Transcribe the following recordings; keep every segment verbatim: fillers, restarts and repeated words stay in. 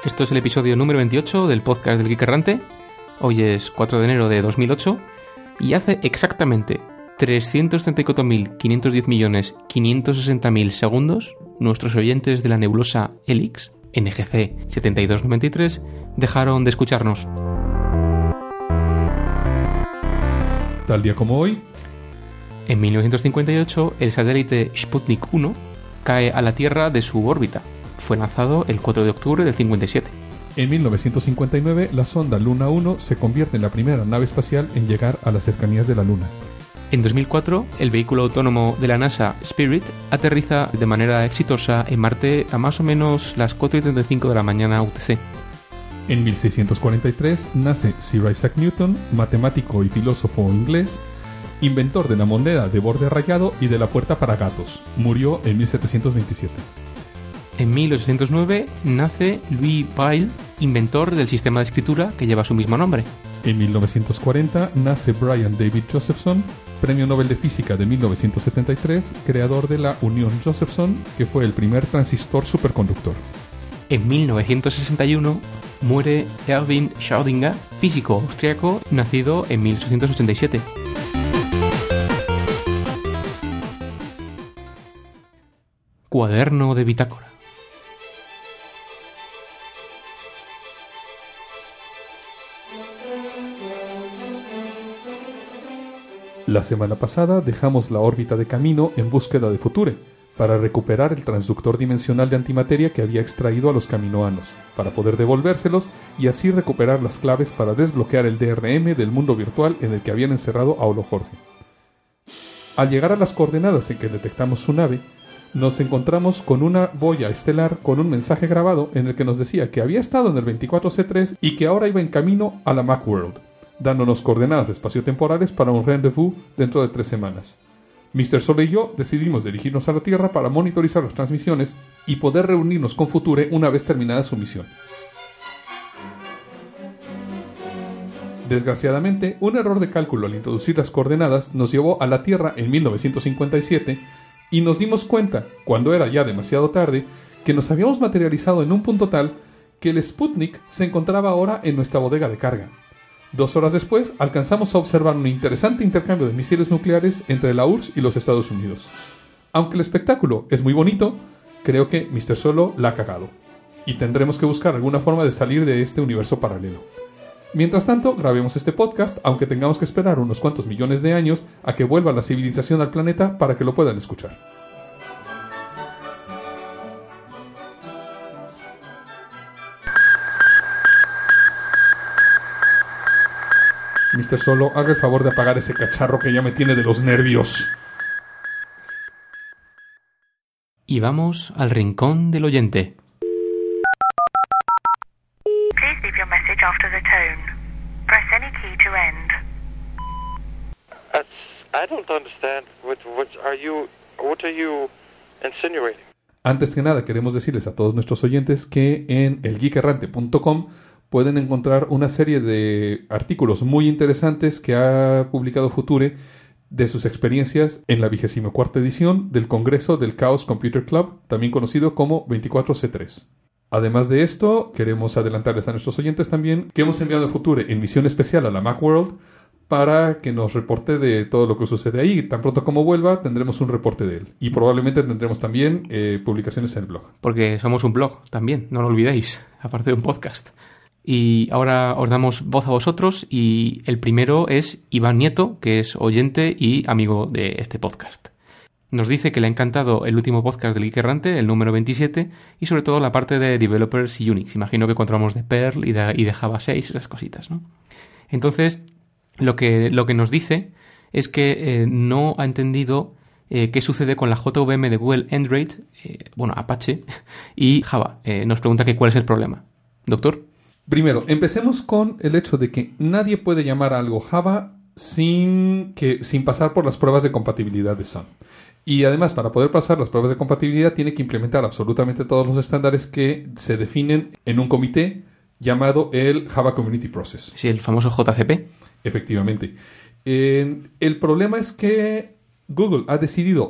Esto es el episodio número veintiocho del podcast del Geek Errante. Hoy es cuatro de enero de dos mil ocho y hace exactamente trescientos treinta y cuatro mil quinientos diez millones quinientos sesenta mil segundos nuestros oyentes de la nebulosa Helix, N G C setenta y dos noventa y tres, dejaron de escucharnos. Tal día como hoy, en mil novecientos cincuenta y ocho, el satélite Sputnik uno cae a la Tierra de su órbita. Fue lanzado el cuatro de octubre del cincuenta y siete. En mil novecientos cincuenta y nueve, la sonda Luna uno se convierte en la primera nave espacial en llegar a las cercanías de la Luna. En dos mil cuatro, el vehículo autónomo de la NASA, Spirit, aterriza de manera exitosa en Marte a más o menos las cuatro y treinta y cinco de la mañana U T C. En mil seiscientos cuarenta y tres nace Sir Isaac Newton, matemático y filósofo inglés, inventor de la moneda de borde rayado y de la puerta para gatos. Murió en mil setecientos veintisiete. En mil ochocientos nueve nace Louis Braille, inventor del sistema de escritura que lleva su mismo nombre. En mil novecientos cuarenta nace Brian David Josephson, Premio Nobel de Física de mil novecientos setenta y tres, creador de la Unión Josephson, que fue el primer transistor superconductor. En mil novecientos sesenta y uno muere Erwin Schrödinger, físico austriaco nacido en mil ochocientos ochenta y siete. Cuaderno de bitácora. La semana pasada dejamos la órbita de camino en búsqueda de Future, para recuperar el transductor dimensional de antimateria que había extraído a los caminoanos, para poder devolvérselos y así recuperar las claves para desbloquear el D R M del mundo virtual en el que habían encerrado a Olo Jorge. Al llegar a las coordenadas en que detectamos su nave, nos encontramos con una boya estelar con un mensaje grabado en el que nos decía que había estado en el veinticuatro C tres y que ahora iba en camino a la Macworld, dándonos coordenadas espaciotemporales para un rendezvous dentro de tres semanas. mister Solo y yo decidimos dirigirnos a la Tierra para monitorizar las transmisiones y poder reunirnos con Future una vez terminada su misión. Desgraciadamente, un error de cálculo al introducir las coordenadas nos llevó a la Tierra en mil novecientos cincuenta y siete y nos dimos cuenta, cuando era ya demasiado tarde, que nos habíamos materializado en un punto tal que el Sputnik se encontraba ahora en nuestra bodega de carga. Dos horas después, alcanzamos a observar un interesante intercambio de misiles nucleares entre la U R S S y los Estados Unidos. Aunque el espectáculo es muy bonito, creo que mister Solo la ha cagado, y tendremos que buscar alguna forma de salir de este universo paralelo. Mientras tanto, grabemos este podcast, aunque tengamos que esperar unos cuantos millones de años a que vuelva la civilización al planeta para que lo puedan escuchar. mister Solo, haga el favor de apagar ese cacharro que ya me tiene de los nervios. Y vamos al rincón del oyente. Please leave your message after the tone. Press any key to end. That's, I don't understand. What, what are you? What are you insinuating? Antes que nada, queremos decirles a todos nuestros oyentes que en el geek errante punto com pueden encontrar una serie de artículos muy interesantes que ha publicado Future de sus experiencias en la vigésima cuarta edición del Congreso del Chaos Computer Club, también conocido como veinticuatro C tres. Además de esto, queremos adelantarles a nuestros oyentes también que hemos enviado a Future en misión especial a la Macworld para que nos reporte de todo lo que sucede ahí. Tan pronto como vuelva, tendremos un reporte de él. Y probablemente tendremos también eh, publicaciones en el blog. Porque somos un blog también, no lo olvidéis, aparte de un podcast. Y ahora os damos voz a vosotros y el primero es Iván Nieto, que es oyente y amigo de este podcast. Nos dice que le ha encantado el último podcast del Geek Errante, el número veintisiete, y sobre todo la parte de Developers y Unix. Imagino que encontramos de Perl y de, y de Java seis, esas cositas, ¿no? Entonces, lo que, lo que nos dice es que eh, no ha entendido eh, qué sucede con la J V M de Google Android, eh, bueno, Apache, y Java. Eh, nos pregunta que cuál es el problema. Doctor. Primero, empecemos con el hecho de que nadie puede llamar a algo Java sin, que, sin pasar por las pruebas de compatibilidad de Sun. Y además, para poder pasar las pruebas de compatibilidad, tiene que implementar absolutamente todos los estándares que se definen en un comité llamado el Java Community Process. Sí, el famoso J C P. Efectivamente. Eh, el problema es que Google ha decidido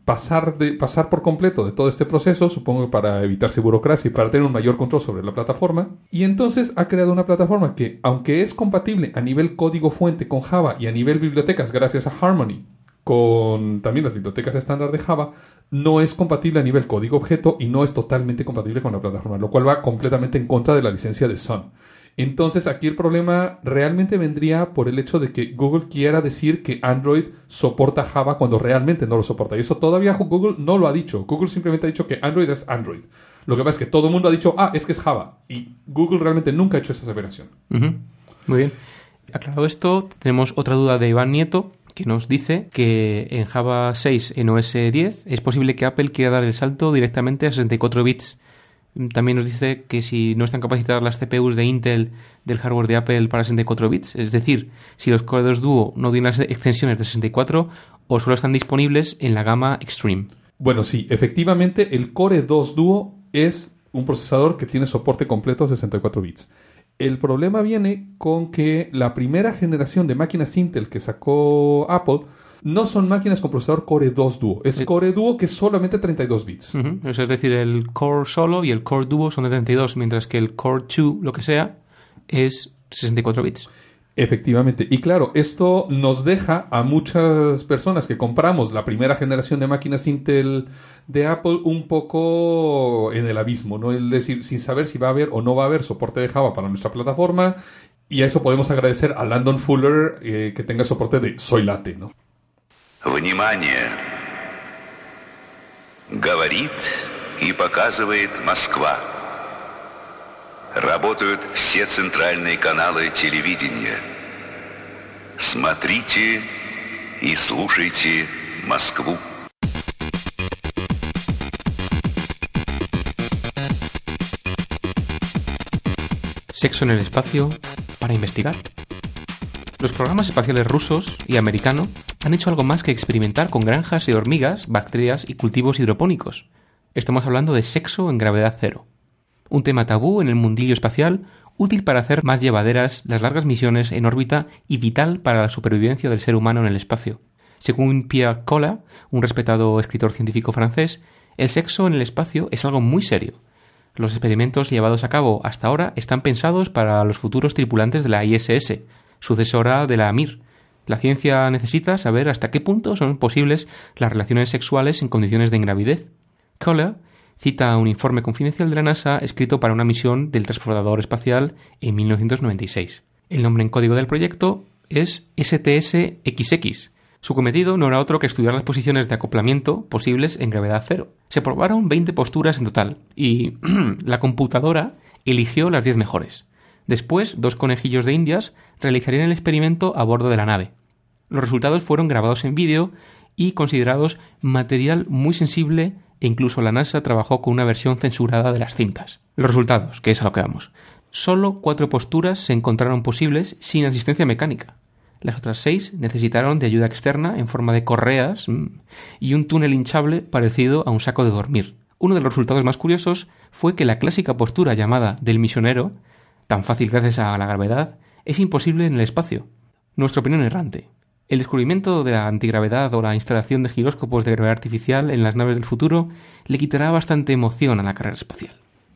pasar, de, pasar por completo de todo este proceso, supongo que para evitarse burocracia y para tener un mayor control sobre la plataforma. Y entonces ha creado una plataforma que, aunque es compatible a nivel código fuente con Java y a nivel bibliotecas gracias a Harmony, con también las bibliotecas estándar de Java, no es compatible a nivel código objeto y no es totalmente compatible con la plataforma, lo cual va completamente en contra de la licencia de Sun. Entonces aquí el problema realmente vendría por el hecho de que Google quiera decir que Android soporta Java cuando realmente no lo soporta. Y eso todavía Google no lo ha dicho. Google simplemente ha dicho que Android es Android. Lo que pasa es que todo el mundo ha dicho, ah, es que es Java. Y Google realmente nunca ha hecho esa aseveración. Uh-huh. Muy bien. Aclarado esto, tenemos otra duda de Iván Nieto, que nos dice que en Java seis en O S diez es posible que Apple quiera dar el salto directamente a sesenta y cuatro bits. También nos dice que si no están capacitadas las C P Us de Intel del hardware de Apple para sesenta y cuatro bits, es decir, si los Core dos Duo no tienen las extensiones de sesenta y cuatro o solo están disponibles en la gama Extreme. Bueno, sí, efectivamente el Core dos Duo es un procesador que tiene soporte completo a sesenta y cuatro bits. El problema viene con que la primera generación de máquinas Intel que sacó Apple no son máquinas con procesador Core dos Duo. Es eh, Core Duo que es solamente treinta y dos bits. Uh-huh. Es decir, el Core solo y el Core Duo son de treinta y dos, mientras que el Core dos, lo que sea, es sesenta y cuatro bits. Efectivamente. Y claro, esto nos deja a muchas personas que compramos la primera generación de máquinas Intel de Apple un poco en el abismo, ¿no? Es decir, sin saber si va a haber o no va a haber soporte de Java para nuestra plataforma. Y a eso podemos agradecer a Landon Fuller eh, que tenga soporte de Soy Latte, ¿no? Внимание! Говорит и показывает Москва. Работают все центральные каналы телевидения. Смотрите и слушайте Москву. Sexo en el espacio para investigar. Los programas espaciales rusos y americanos han hecho algo más que experimentar con granjas de hormigas, bacterias y cultivos hidropónicos. Estamos hablando de sexo en gravedad cero. Un tema tabú en el mundillo espacial, útil para hacer más llevaderas las largas misiones en órbita y vital para la supervivencia del ser humano en el espacio. Según Pierre Collat, un respetado escritor científico francés, el sexo en el espacio es algo muy serio. Los experimentos llevados a cabo hasta ahora están pensados para los futuros tripulantes de la I S S, sucesora de la Mir. La ciencia necesita saber hasta qué punto son posibles las relaciones sexuales en condiciones de ingravidez. Collat cita un informe confidencial de la NASA escrito para una misión del transportador espacial en mil novecientos noventa y seis. El nombre en código del proyecto es S T S X X. Su cometido no era otro que estudiar las posiciones de acoplamiento posibles en gravedad cero. Se probaron veinte posturas en total y la computadora eligió las diez mejores. Después, dos conejillos de indias realizarían el experimento a bordo de la nave. Los resultados fueron grabados en vídeo y considerados material muy sensible e incluso la NASA trabajó con una versión censurada de las cintas. Los resultados, que es a lo que vamos. Solo cuatro posturas se encontraron posibles sin asistencia mecánica. Las otras seis necesitaron de ayuda externa en forma de correas y un túnel hinchable parecido a un saco de dormir. Uno de los resultados más curiosos fue que la clásica postura llamada del misionero, tan fácil gracias a la gravedad, es imposible en el espacio. Nuestra opinión errante. El descubrimiento de la antigravedad o la instalación de giróscopos de gravedad artificial en las naves del futuro le quitará bastante emoción a la carrera espacial.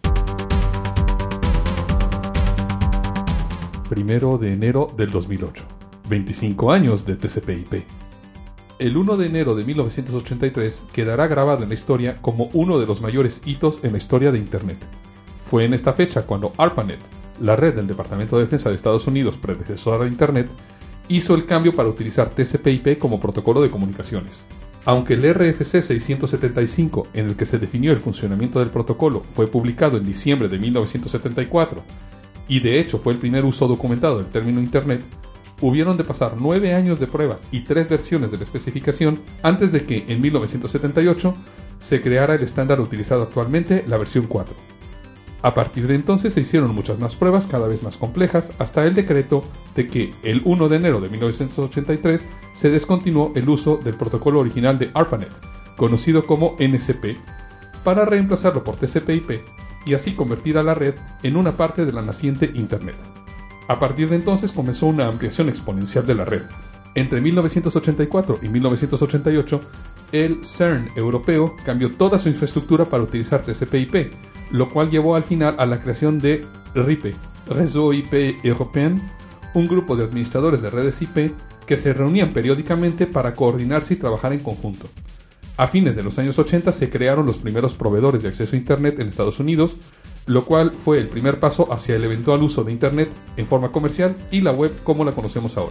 Primero de enero del dos mil ocho. veinticinco años de T C P I P. El primero de enero de mil novecientos ochenta y tres quedará grabado en la historia como uno de los mayores hitos en la historia de Internet. Fue en esta fecha cuando ARPANET, la red del Departamento de Defensa de Estados Unidos predecesora de Internet, hizo el cambio para utilizar T C P I P como protocolo de comunicaciones. Aunque el R F C seiscientos setenta y cinco, en el que se definió el funcionamiento del protocolo, fue publicado en diciembre de mil novecientos setenta y cuatro, y de hecho fue el primer uso documentado del término Internet, hubieron de pasar nueve años de pruebas y tres versiones de la especificación antes de que, en mil novecientos setenta y ocho, se creara el estándar utilizado actualmente, la versión cuatro. A partir de entonces se hicieron muchas más pruebas cada vez más complejas hasta el decreto de que el primero de enero de mil novecientos ochenta y tres se descontinuó el uso del protocolo original de ARPANET, conocido como N C P, para reemplazarlo por T C P I P y así convertir a la red en una parte de la naciente Internet. A partir de entonces comenzó una ampliación exponencial de la red. Entre mil novecientos ochenta y cuatro y mil novecientos ochenta y ocho, el CERN europeo cambió toda su infraestructura para utilizar T C P I P, lo cual llevó al final a la creación de R I P E, Réseau I P Européen, un grupo de administradores de redes I P que se reunían periódicamente para coordinarse y trabajar en conjunto. A fines de los años ochenta se crearon los primeros proveedores de acceso a Internet en Estados Unidos, lo cual fue el primer paso hacia el eventual uso de Internet en forma comercial y la web como la conocemos ahora.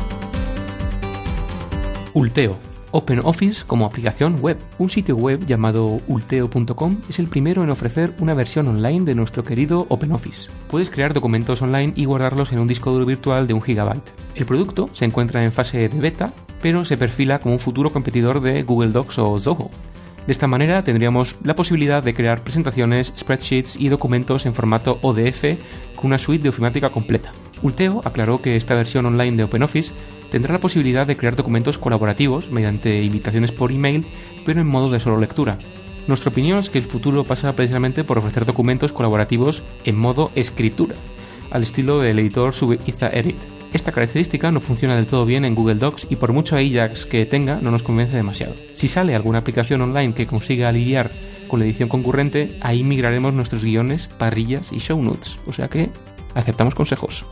Ulteo. OpenOffice como aplicación web. Un sitio web llamado ulteo punto com es el primero en ofrecer una versión online de nuestro querido OpenOffice. Puedes crear documentos online y guardarlos en un disco duro virtual de un gigabyte. El producto se encuentra en fase de beta, pero se perfila como un futuro competidor de Google Docs o Zoho. De esta manera tendríamos la posibilidad de crear presentaciones, spreadsheets y documentos en formato O D F con una suite de ofimática completa. Ulteo aclaró que esta versión online de OpenOffice tendrá la posibilidad de crear documentos colaborativos mediante invitaciones por email, pero en modo de solo lectura. Nuestra opinión es que el futuro pasa precisamente por ofrecer documentos colaborativos en modo escritura, al estilo del editor Suiza Edit. Esta característica no funciona del todo bien en Google Docs y por mucho Ajax que tenga no nos convence demasiado. Si sale alguna aplicación online que consiga lidiar con la edición concurrente, ahí migraremos nuestros guiones, parrillas y show notes, o sea que aceptamos consejos.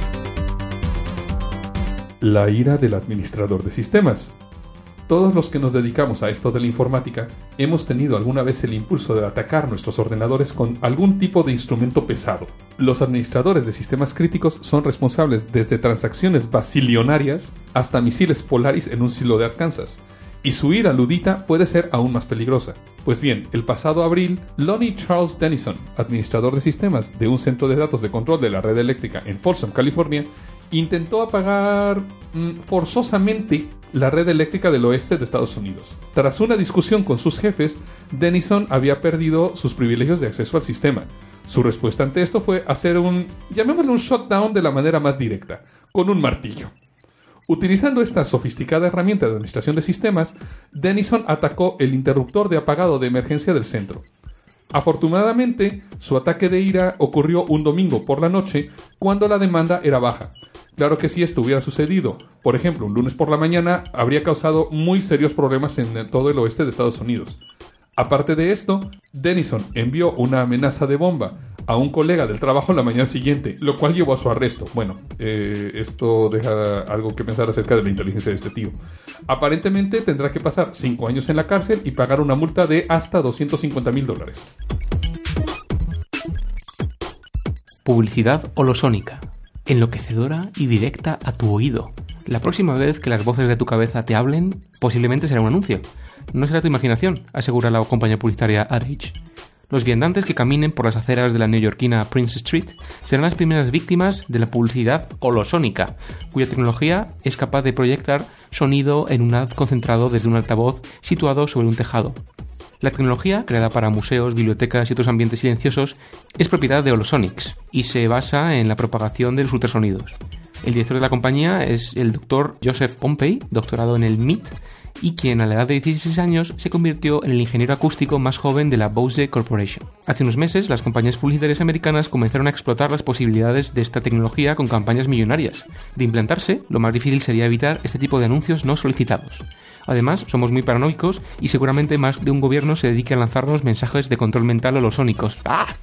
La ira del administrador de sistemas. Todos los que nos dedicamos a esto de la informática hemos tenido alguna vez el impulso de atacar nuestros ordenadores con algún tipo de instrumento pesado. Los administradores de sistemas críticos son responsables desde transacciones basilionarias hasta misiles Polaris en un silo de Arkansas. Y su ira ludita puede ser aún más peligrosa. Pues bien, el pasado abril, Lonnie Charles Dennison, administrador de sistemas de un centro de datos de control de la red eléctrica en Folsom, California, intentó apagar mmm, forzosamente la red eléctrica del oeste de Estados Unidos. Tras una discusión con sus jefes, Dennison había perdido sus privilegios de acceso al sistema. Su respuesta ante esto fue hacer un, llamémoslo un shutdown de la manera más directa, con un martillo. Utilizando esta sofisticada herramienta de administración de sistemas, Dennison atacó el interruptor de apagado de emergencia del centro. Afortunadamente, su ataque de ira ocurrió un domingo por la noche, cuando la demanda era baja. Claro que si esto hubiera sucedido, por ejemplo, un lunes por la mañana, habría causado muy serios problemas en todo el oeste de Estados Unidos. Aparte de esto, Dennison envió una amenaza de bomba a un colega del trabajo la mañana siguiente, lo cual llevó a su arresto. Bueno, eh, esto deja algo que pensar acerca de la inteligencia de este tío. Aparentemente tendrá que pasar cinco años en la cárcel y pagar una multa de hasta doscientos cincuenta mil dólares. Publicidad holosónica, enloquecedora y directa a tu oído. La próxima vez que las voces de tu cabeza te hablen, posiblemente será un anuncio. No será tu imaginación, asegura la compañía publicitaria Ad Age. Los viandantes que caminen por las aceras de la neoyorquina Prince Street serán las primeras víctimas de la publicidad holosónica, cuya tecnología es capaz de proyectar sonido en un haz concentrado desde un altavoz situado sobre un tejado. La tecnología, creada para museos, bibliotecas y otros ambientes silenciosos, es propiedad de Holosonics y se basa en la propagación de los ultrasonidos. El director de la compañía es el doctor Joseph Pompey, doctorado en el M I T, y quien a la edad de dieciséis años se convirtió en el ingeniero acústico más joven de la Bose Corporation. Hace unos meses, las compañías publicitarias americanas comenzaron a explotar las posibilidades de esta tecnología con campañas millonarias. De implantarse, lo más difícil sería evitar este tipo de anuncios no solicitados. Además, somos muy paranoicos y seguramente más de un gobierno se dedique a lanzarnos mensajes de control mental holosónicos. ¡Ah!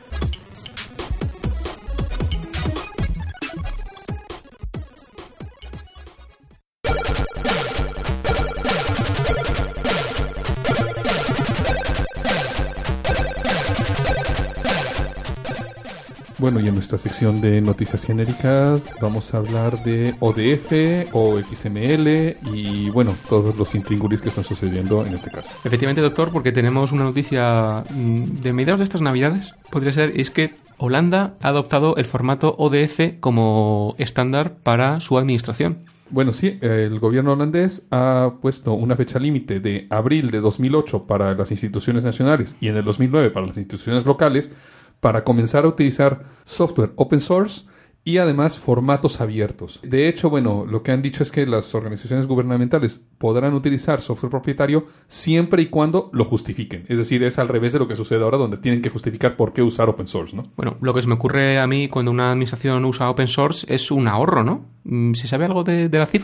Bueno, y en nuestra sección de noticias genéricas vamos a hablar de O D F o X M L y, bueno, todos los intríngulis que están sucediendo en este caso. Efectivamente, doctor, porque tenemos una noticia de mediados de estas navidades, podría ser, es que Holanda ha adoptado el formato O D F como estándar para su administración. Bueno, sí, el gobierno holandés ha puesto una fecha límite de abril de dos mil ocho para las instituciones nacionales y en el dos mil nueve para las instituciones locales, para comenzar a utilizar software open source y además formatos abiertos. De hecho, bueno, lo que han dicho es que las organizaciones gubernamentales podrán utilizar software propietario siempre y cuando lo justifiquen. Es decir, es al revés de lo que sucede ahora, donde tienen que justificar por qué usar open source, ¿no? Bueno, lo que se me ocurre a mí cuando una administración usa open source es un ahorro, ¿no? ¿Se sabe algo de, de la cifra?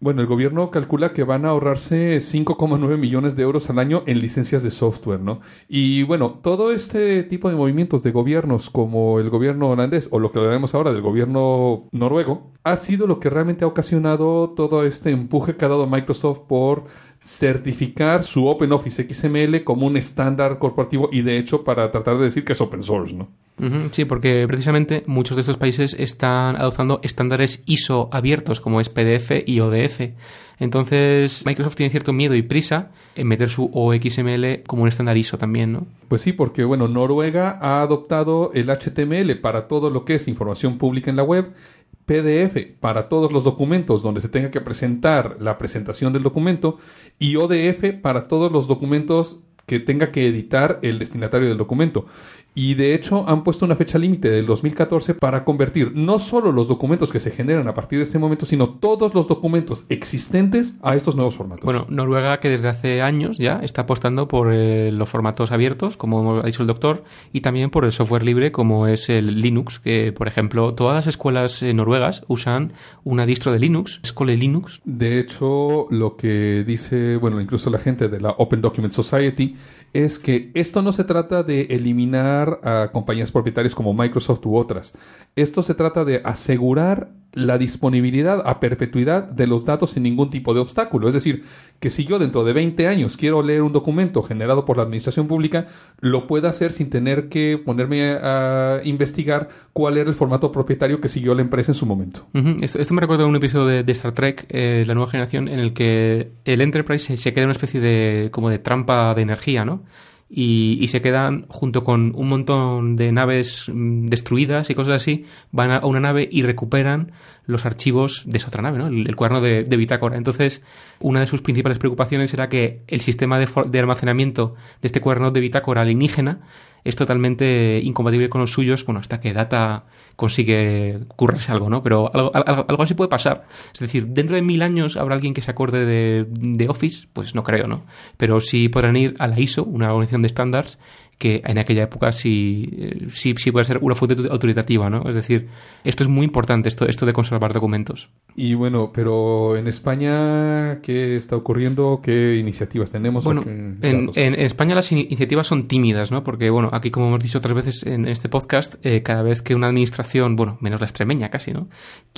Bueno, el gobierno calcula que van a ahorrarse cinco coma nueve millones de euros al año en licencias de software, ¿no? Y bueno, todo este tipo de movimientos de gobiernos como el gobierno holandés o lo que hablaremos ahora del gobierno noruego ha sido lo que realmente ha ocasionado todo este empuje que ha dado Microsoft por certificar su OpenOffice X M L como un estándar corporativo y de hecho para tratar de decir que es open source, ¿no? Uh-huh, sí, porque precisamente muchos de estos países están adoptando estándares I S O abiertos como es P D F y O D F. Entonces Microsoft tiene cierto miedo y prisa en meter su O X M L como un estándar I S O también, ¿no? Pues sí, porque bueno, Noruega ha adoptado el H T M L para todo lo que es información pública en la web, P D F para todos los documentos donde se tenga que presentar la presentación del documento y O D F para todos los documentos que tenga que editar el destinatario del documento. Y de hecho han puesto una fecha límite del dos mil catorce para convertir no solo los documentos que se generan a partir de este momento, sino todos los documentos existentes a estos nuevos formatos. Bueno, Noruega, que desde hace años ya está apostando por eh, los formatos abiertos, como ha dicho el doctor, y también por el software libre, como es el Linux, que por ejemplo todas las escuelas eh, noruegas usan una distro de Linux, Skole Linux. De hecho, lo que dice, bueno, incluso la gente de la Open Document Society, es que esto no se trata de eliminar a compañías propietarias como Microsoft u otras. Esto se trata de asegurar la disponibilidad a perpetuidad de los datos sin ningún tipo de obstáculo. Es decir, que si yo dentro de veinte años quiero leer un documento generado por la administración pública, lo pueda hacer sin tener que ponerme a, a investigar cuál era el formato propietario que siguió la empresa en su momento. Uh-huh. Esto, esto me recuerda a un episodio de, de Star Trek, eh, la nueva generación, en el que el Enterprise se, se queda en una especie de como de trampa de energía, ¿no? Y, y se quedan junto con un montón de naves mmm, destruidas y cosas así, van a una nave y recuperan los archivos de esa otra nave, ¿no? El, el cuaderno de, de bitácora. Entonces, una de sus principales preocupaciones era que el sistema de, for- de almacenamiento de este cuaderno de bitácora alienígena es totalmente incompatible con los suyos, bueno, hasta que Data consigue currarse algo, ¿no? Pero algo, algo, algo así puede pasar. Es decir, dentro de mil años habrá alguien que se acorde de, de Office, pues no creo, ¿no? Pero sí podrán ir a la I S O, una organización de estándares, que en aquella época sí, sí, sí puede ser una fuente autoritativa, ¿no? Es decir, esto es muy importante, esto, esto de conservar documentos. Y bueno, pero en España, ¿qué está ocurriendo? ¿Qué iniciativas tenemos? Bueno, en, en, en España las iniciativas son tímidas, ¿no? Porque, bueno, aquí como hemos dicho otras veces en este podcast, eh, cada vez que una administración, bueno, menos la extremeña casi, ¿no?,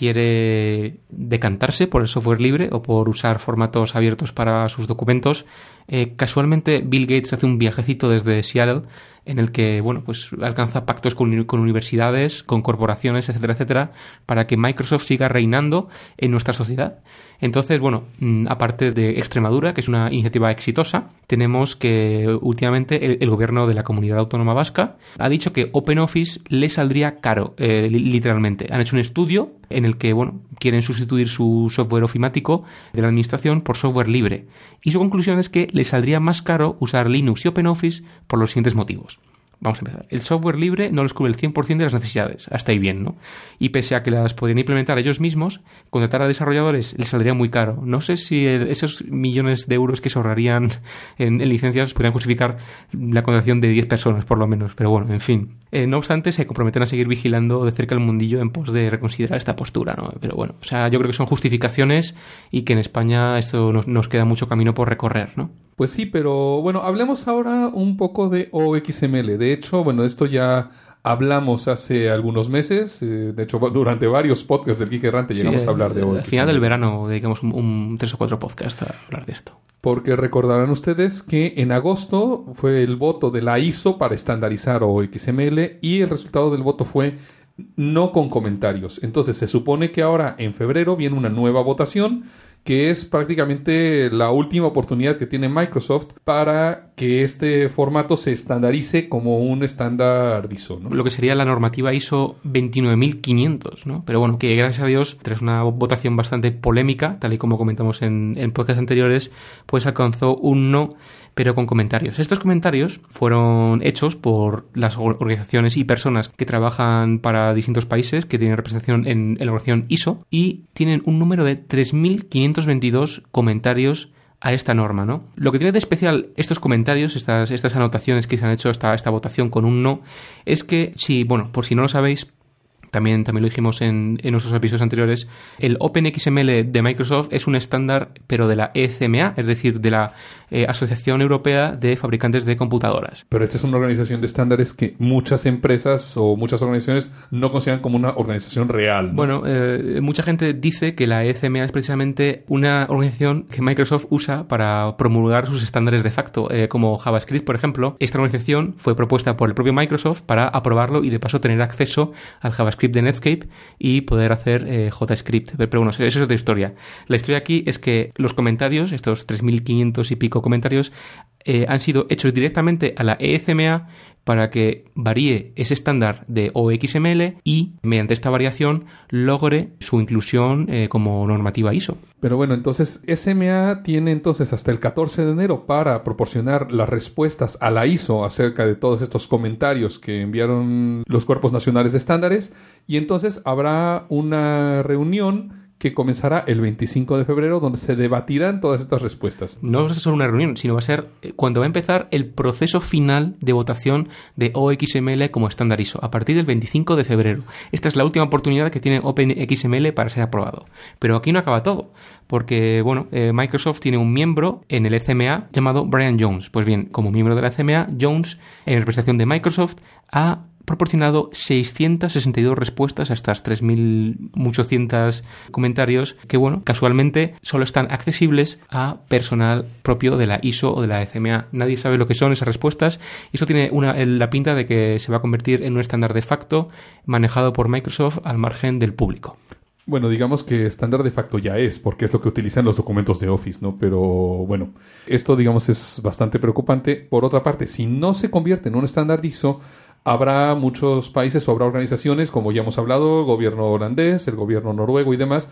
quiere decantarse por el software libre o por usar formatos abiertos para sus documentos, eh, casualmente Bill Gates hace un viajecito desde Seattle en el que, bueno, pues alcanza pactos con, con universidades, con corporaciones, etcétera, etcétera, para que Microsoft siga reinando en nuestra sociedad. Entonces, bueno, aparte de Extremadura, que es una iniciativa exitosa, tenemos que últimamente el, el gobierno de la Comunidad Autónoma Vasca ha dicho que OpenOffice le saldría caro, eh, literalmente. Han hecho un estudio en el que, bueno, quieren sustituir su software ofimático de la administración por software libre. Y su conclusión es que le saldría más caro usar Linux y OpenOffice por los siguientes motivos. Vamos a empezar. El software libre no les cubre el cien por ciento de las necesidades. Hasta ahí bien, ¿no? Y pese a que las podrían implementar ellos mismos, contratar a desarrolladores les saldría muy caro. No sé si el, esos millones de euros que se ahorrarían en, en licencias podrían justificar la contratación de diez personas, por lo menos. Pero bueno, en fin. Eh, no obstante, se comprometen a seguir vigilando de cerca el mundillo en pos de reconsiderar esta postura, ¿no? Pero bueno, o sea, yo creo que son justificaciones y que en España esto nos, nos queda mucho camino por recorrer, ¿no? Pues sí, pero bueno, hablemos ahora un poco de O X M L. De hecho, bueno, esto ya hablamos hace algunos meses. Eh, de hecho, durante varios podcasts del Geek Errante sí, llegamos a hablar de O X M L. Al final del verano dedicamos un, un tres o cuatro podcasts a hablar de esto. Porque recordarán ustedes que en agosto fue el voto de la I S O para estandarizar O X M L y el resultado del voto fue no con comentarios. Entonces se supone que ahora en febrero viene una nueva votación que es prácticamente la última oportunidad que tiene Microsoft para que este formato se estandarice como un estándar I S O, ¿no? Lo que sería la normativa I S O veintinueve mil quinientos, ¿no? Pero bueno, que gracias a Dios, tras una votación bastante polémica, tal y como comentamos en, en podcasts anteriores, pues alcanzó un no, pero con comentarios. Estos comentarios fueron hechos por las organizaciones y personas que trabajan para distintos países, que tienen representación en, en la organización I S O, y tienen un número de tres mil quinientos veintidós comentarios a esta norma, ¿no? Lo que tiene de especial estos comentarios, estas, estas anotaciones que se han hecho esta, esta votación con un no, es que, si, bueno, por si no lo sabéis, también, también lo dijimos en, en nuestros episodios anteriores, el OpenXML de Microsoft es un estándar, pero de la E C M A, es decir, de la eh, Asociación Europea de Fabricantes de Computadoras. Pero esta es una organización de estándares que muchas empresas o muchas organizaciones no consideran como una organización real, ¿no? Bueno, eh, mucha gente dice que la E C M A es precisamente una organización que Microsoft usa para promulgar sus estándares de facto, eh, como JavaScript, por ejemplo. Esta organización fue propuesta por el propio Microsoft para aprobarlo y de paso tener acceso al JavaScript de Netscape y poder hacer eh, JavaScript. Pero bueno, eso es otra historia. La historia aquí es que los comentarios, estos tres mil quinientos y pico comentarios, eh, han sido hechos directamente a la E C M A para que varíe ese estándar de O X M L y, mediante esta variación, logre su inclusión eh, como normativa I S O. Pero bueno, entonces E C M A tiene entonces hasta el catorce de enero para proporcionar las respuestas a la I S O acerca de todos estos comentarios que enviaron los cuerpos nacionales de estándares, y entonces habrá una reunión que comenzará el veinticinco de febrero, donde se debatirán todas estas respuestas. No va a ser solo una reunión, sino va a ser cuando va a empezar el proceso final de votación de O X M L como estándar I S O, a partir del veinticinco de febrero. Esta es la última oportunidad que tiene OpenXML para ser aprobado. Pero aquí no acaba todo, porque bueno, eh, Microsoft tiene un miembro en el E C M A llamado Brian Jones. Pues bien, como miembro de la E C M A, Jones, en representación de Microsoft, ha proporcionado seiscientas sesenta y dos respuestas a estas tres mil ochocientos comentarios que, bueno, casualmente solo están accesibles a personal propio de la I S O o de la E C M A. Nadie sabe lo que son esas respuestas y eso tiene una, la pinta de que se va a convertir en un estándar de facto manejado por Microsoft al margen del público. Bueno, digamos que estándar de facto ya es, porque es lo que utilizan los documentos de Office, ¿no? Pero bueno, esto digamos es bastante preocupante. Por otra parte, si no se convierte en un estándar I S O, habrá muchos países o habrá organizaciones, como ya hemos hablado, el gobierno holandés, el gobierno noruego y demás,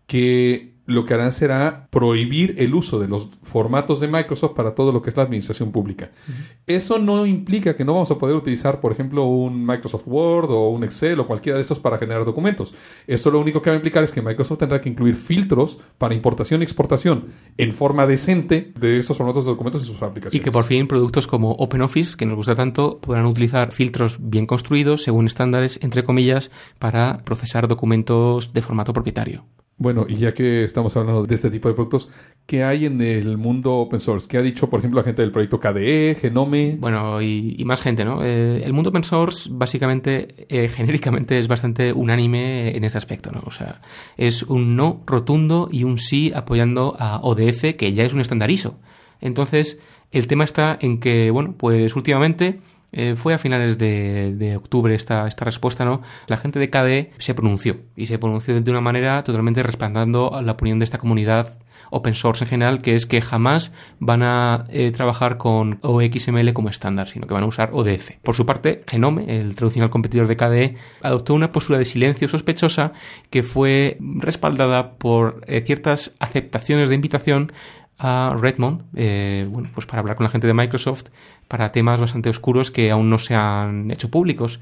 que lo que harán será prohibir el uso de los formatos de Microsoft para todo lo que es la administración pública. Uh-huh. Eso no implica que no vamos a poder utilizar, por ejemplo, un Microsoft Word o un Excel o cualquiera de estos para generar documentos. Eso lo único que va a implicar es que Microsoft tendrá que incluir filtros para importación y exportación en forma decente de esos formatos de documentos y sus aplicaciones. Y que por fin productos como OpenOffice, que nos gusta tanto, podrán utilizar filtros bien construidos según estándares, entre comillas, para procesar documentos de formato propietario. Bueno, y ya que estamos hablando de este tipo de productos, ¿qué hay en el mundo open source? ¿Qué ha dicho, por ejemplo, la gente del proyecto K D E, Genome? Bueno, y, y más gente, ¿no? Eh, el mundo open source, básicamente, eh, genéricamente, es bastante unánime en este aspecto, ¿no? O sea, es un no rotundo y un sí apoyando a O D F, que ya es un estándar I S O. Entonces, el tema está en que, bueno, pues últimamente... Eh, fue a finales de, de octubre esta, esta respuesta, ¿no? La gente de K D E se pronunció y se pronunció de una manera totalmente respaldando la opinión de esta comunidad open source en general, que es que jamás van a eh, trabajar con O X M L como estándar, sino que van a usar O D F. Por su parte, Genome, el tradicional competidor de K D E, adoptó una postura de silencio sospechosa que fue respaldada por eh, ciertas aceptaciones de invitación a Redmond, eh, bueno, pues para hablar con la gente de Microsoft para temas bastante oscuros que aún no se han hecho públicos.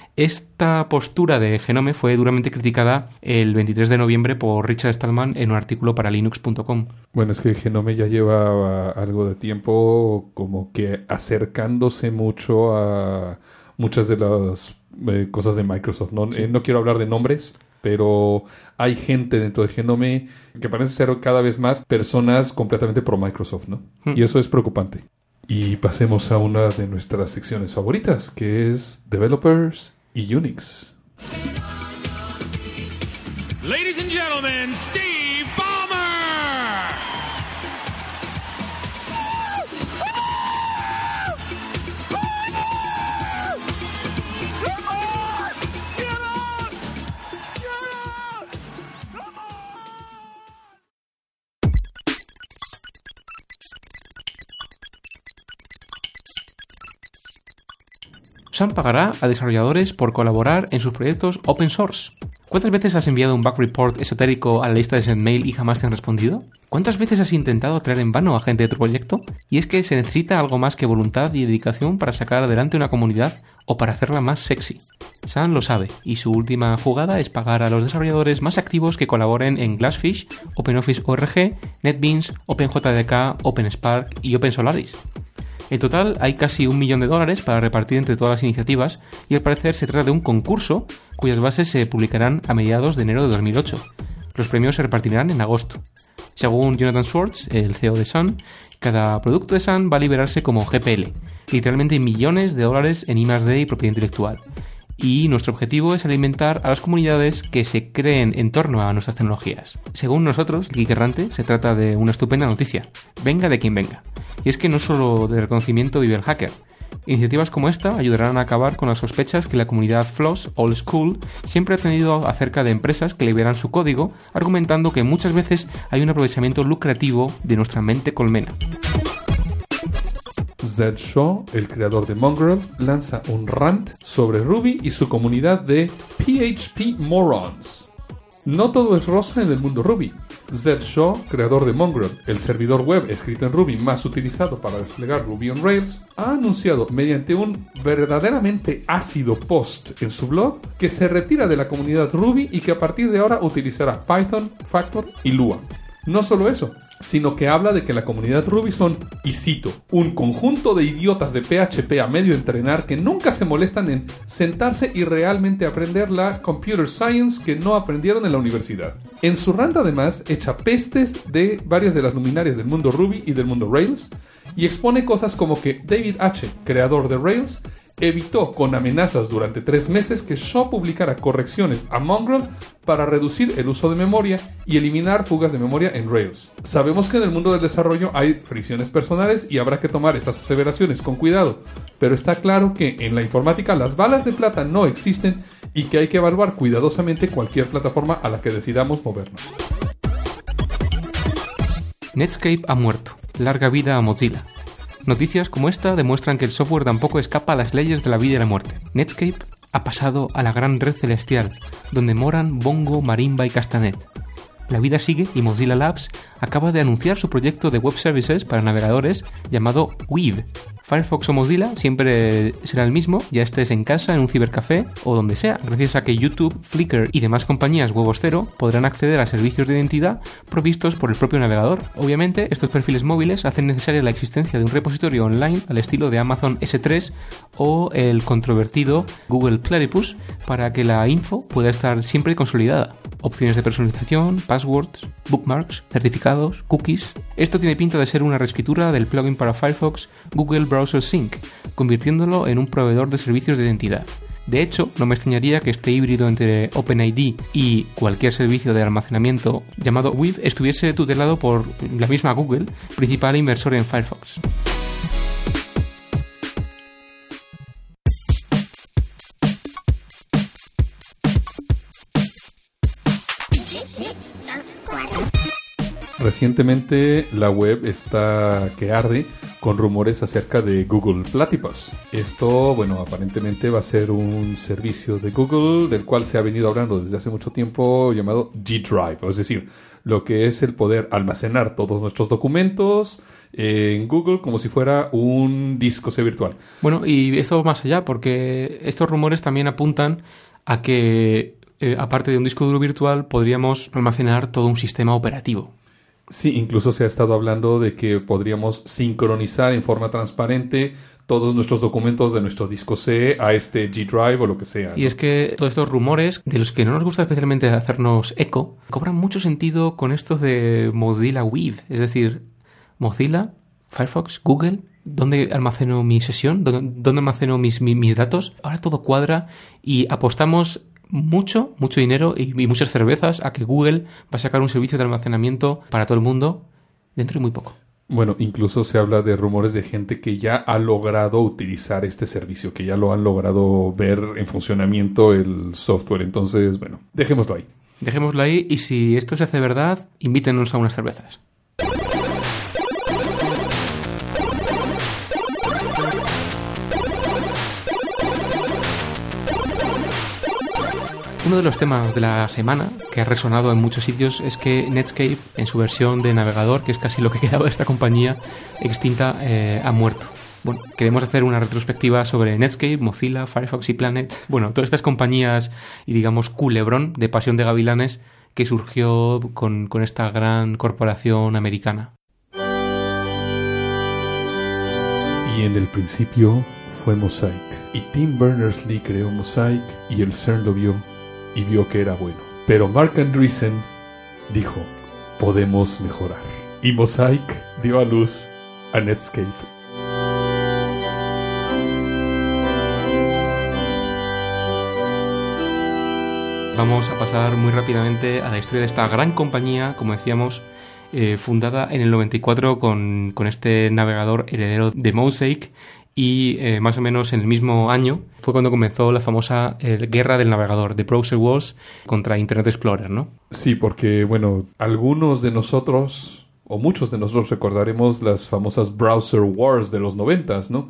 Esta postura de Genome fue duramente criticada el veintitrés de noviembre por Richard Stallman en un artículo para linux punto com. Bueno, es que Genome ya lleva algo de tiempo como que acercándose mucho a muchas de las eh, cosas de Microsoft, ¿no? Sí. Eh, no quiero hablar de nombres, pero hay gente dentro de Genome que parece ser cada vez más personas completamente pro Microsoft, ¿no? Hmm. Y eso es preocupante. Y pasemos a una de nuestras secciones favoritas, que es Developers y Unix. Ladies and gentlemen, Steve Ballmer! Sam pagará a desarrolladores por colaborar en sus proyectos open source. ¿Cuántas veces has enviado un bug report esotérico a la lista de SendMail y jamás te han respondido? ¿Cuántas veces has intentado atraer en vano a gente de tu proyecto? Y es que se necesita algo más que voluntad y dedicación para sacar adelante una comunidad o para hacerla más sexy. Sam lo sabe, y su última jugada es pagar a los desarrolladores más activos que colaboren en Glassfish, OpenOffice punto org, NetBeans, OpenJDK, OpenSpark y OpenSolaris. En total hay casi un millón de dólares para repartir entre todas las iniciativas y al parecer se trata de un concurso cuyas bases se publicarán a mediados de enero de dos mil ocho. Los premios se repartirán en agosto. Según Jonathan Schwartz, el C E O de Sun, cada producto de Sun va a liberarse como G P L, literalmente millones de dólares en I más D y propiedad intelectual. Y nuestro objetivo es alimentar a las comunidades que se creen en torno a nuestras tecnologías. Según nosotros, el Geek Errante, se trata de una estupenda noticia, venga de quien venga. Y es que no solo de reconocimiento vive el hacker. Iniciativas como esta ayudarán a acabar con las sospechas que la comunidad Floss Old School siempre ha tenido acerca de empresas que liberan su código, argumentando que muchas veces hay un aprovechamiento lucrativo de nuestra mente colmena. Zed Shaw, el creador de Mongrel, lanza un rant sobre Ruby y su comunidad de P H P morons. No todo es rosa en el mundo Ruby. Zed Shaw, creador de Mongrel, el servidor web escrito en Ruby más utilizado para desplegar Ruby on Rails, ha anunciado mediante un verdaderamente ácido post en su blog que se retira de la comunidad Ruby y que a partir de ahora utilizará Python, Factor y Lua. No solo eso, sino que habla de que la comunidad Ruby son, y cito, un conjunto de idiotas de P H P a medio entrenar que nunca se molestan en sentarse y realmente aprender la computer science que no aprendieron en la universidad. En su rant además echa pestes de varias de las luminarias del mundo Ruby y del mundo Rails y expone cosas como que David H., creador de Rails, evitó con amenazas durante tres meses que Shaw publicara correcciones a Mongrel para reducir el uso de memoria y eliminar fugas de memoria en Rails. Sabemos que en el mundo del desarrollo hay fricciones personales y habrá que tomar estas aseveraciones con cuidado, pero está claro que en la informática las balas de plata no existen y que hay que evaluar cuidadosamente cualquier plataforma a la que decidamos movernos. Netscape ha muerto. Larga vida a Mozilla. Noticias como esta demuestran que el software tampoco escapa a las leyes de la vida y la muerte. Netscape ha pasado a la gran red celestial, donde moran Bongo, Marimba y Castanet. La vida sigue y Mozilla Labs acaba de anunciar su proyecto de web services para navegadores llamado Weave. Firefox o Mozilla siempre será el mismo, ya estés en casa, en un cibercafé o donde sea, gracias a que YouTube, Flickr y demás compañías huevos cero podrán acceder a servicios de identidad provistos por el propio navegador. Obviamente, estos perfiles móviles hacen necesaria la existencia de un repositorio online al estilo de Amazon ese tres o el controvertido Google Platypus para que la info pueda estar siempre consolidada. Opciones de personalización, passwords, bookmarks, certificados, cookies. Esto tiene pinta de ser una reescritura del plugin para Firefox Google Browser Sync, convirtiéndolo en un proveedor de servicios de identidad. De hecho, no me extrañaría que este híbrido entre OpenID y cualquier servicio de almacenamiento llamado Weave estuviese tutelado por la misma Google, principal inversor en Firefox. Recientemente la web está que arde con rumores acerca de Google Platypus. Esto, bueno, aparentemente va a ser un servicio de Google del cual se ha venido hablando desde hace mucho tiempo llamado G Drive, es decir, lo que es el poder almacenar todos nuestros documentos en Google como si fuera un disco C virtual. Bueno, y esto va más allá porque estos rumores también apuntan a que, eh, aparte de un disco duro virtual, podríamos almacenar todo un sistema operativo. Sí, incluso se ha estado hablando de que podríamos sincronizar en forma transparente todos nuestros documentos de nuestro disco C a este G Drive o lo que sea, ¿no? Y es que todos estos rumores, de los que no nos gusta especialmente hacernos eco, cobran mucho sentido con estos de Mozilla Weave. Es decir, Mozilla, Firefox, Google, ¿dónde almaceno mi sesión? ¿Dónde, dónde almaceno mis, mis, mis datos? Ahora todo cuadra y apostamos mucho, mucho dinero y, y muchas cervezas a que Google va a sacar un servicio de almacenamiento para todo el mundo dentro de muy poco. Bueno, incluso se habla de rumores de gente que ya ha logrado utilizar este servicio, que ya lo han logrado ver en funcionamiento el software. Entonces, bueno, dejémoslo ahí. Dejémoslo ahí y si esto se hace verdad, invítenos a unas cervezas. Uno de los temas de la semana que ha resonado en muchos sitios es que Netscape, en su versión de navegador, que es casi lo que quedaba de esta compañía extinta, eh, ha muerto. Bueno, queremos hacer una retrospectiva sobre Netscape, Mozilla, Firefox y Planet. Bueno, todas estas compañías y, digamos, culebrón de pasión de gavilanes que surgió con, con esta gran corporación americana. Y en el principio fue Mosaic. Y Tim Berners-Lee creó Mosaic y el CERN lo vio y vio que era bueno. Pero Mark Andreessen dijo, podemos mejorar. Y Mosaic dio a luz a Netscape. Vamos a pasar muy rápidamente a la historia de esta gran compañía, como decíamos, eh, fundada en el noventa y cuatro con, con este navegador heredero de Mosaic. Y eh, más o menos en el mismo año fue cuando comenzó la famosa eh, guerra del navegador, de Browser Wars, contra Internet Explorer, ¿no? Sí, porque, bueno, algunos de nosotros, o muchos de nosotros recordaremos las famosas Browser Wars de los noventas, ¿no?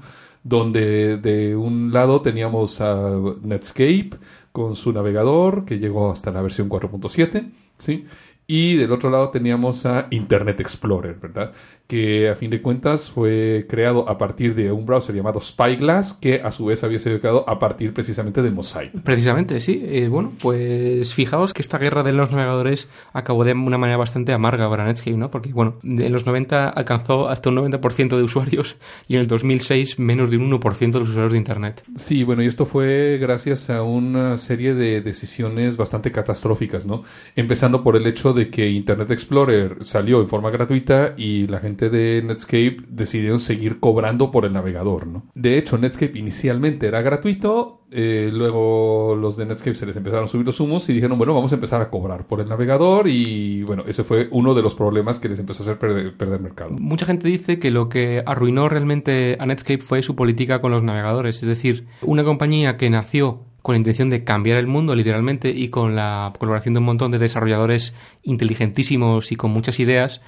Donde de un lado teníamos a Netscape con su navegador, que llegó hasta la versión cuatro punto siete, ¿sí? Y del otro lado teníamos a Internet Explorer, ¿verdad? Que a fin de cuentas fue creado a partir de un browser llamado Spyglass, que a su vez había sido creado a partir precisamente de Mosaic. Precisamente, sí. Eh, bueno, pues fijaos que esta guerra de los navegadores acabó de una manera bastante amarga para Netscape, ¿no? Porque, bueno, en los noventa alcanzó hasta un noventa por ciento de usuarios y en el dos mil seis menos de un uno por ciento de los usuarios de Internet. Sí, bueno, y esto fue gracias a una serie de decisiones bastante catastróficas, ¿no? Empezando por el hecho de que Internet Explorer salió en forma gratuita y la gente de Netscape decidieron seguir cobrando por el navegador, ¿no? De hecho, Netscape inicialmente era gratuito, eh, luego los de Netscape se les empezaron a subir los humos y dijeron, bueno, vamos a empezar a cobrar por el navegador y, bueno, ese fue uno de los problemas que les empezó a hacer perder, perder mercado. Mucha gente dice que lo que arruinó realmente a Netscape fue su política con los navegadores, es decir, una compañía que nació con la intención de cambiar el mundo literalmente y con la colaboración de un montón de desarrolladores inteligentísimos y con muchas ideas,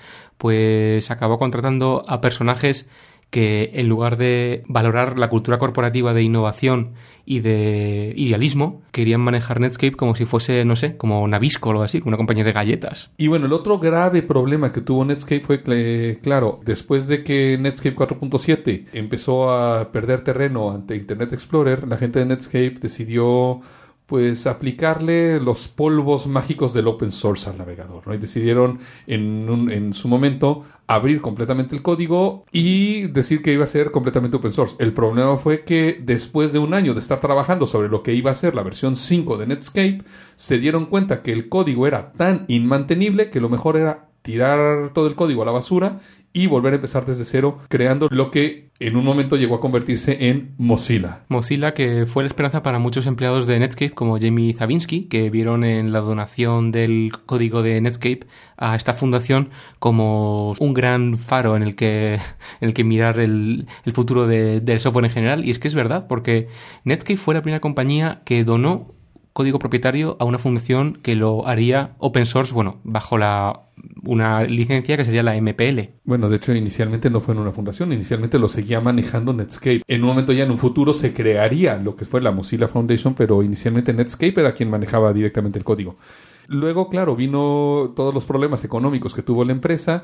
pues acabó contratando a personajes que en lugar de valorar la cultura corporativa de innovación y de idealismo, querían manejar Netscape como si fuese, no sé, como Nabisco o algo así, como una compañía de galletas. Y bueno, el otro grave problema que tuvo Netscape fue que, claro, después de que Netscape cuatro punto siete empezó a perder terreno ante Internet Explorer, la gente de Netscape decidió pues aplicarle los polvos mágicos del open source al navegador, ¿no? Y decidieron en, un, en su momento abrir completamente el código y decir que iba a ser completamente open source. El problema fue que después de un año de estar trabajando sobre lo que iba a ser la versión cinco de Netscape, se dieron cuenta que el código era tan inmantenible que lo mejor era tirar todo el código a la basura y volver a empezar desde cero, creando lo que en un momento llegó a convertirse en Mozilla. Mozilla, que fue la esperanza para muchos empleados de Netscape, como Jamie Zabinsky, que vieron en la donación del código de Netscape a esta fundación como un gran faro en el que, en el que mirar el, el futuro de, del software en general. Y es que es verdad, porque Netscape fue la primera compañía que donó código propietario a una fundación que lo haría open source, bueno, bajo la una licencia que sería la M P L. Bueno, de hecho, inicialmente no fue en una fundación, inicialmente lo seguía manejando Netscape. En un momento ya en un futuro se crearía lo que fue la Mozilla Foundation, pero inicialmente Netscape era quien manejaba directamente el código. Luego, claro, vino todos los problemas económicos que tuvo la empresa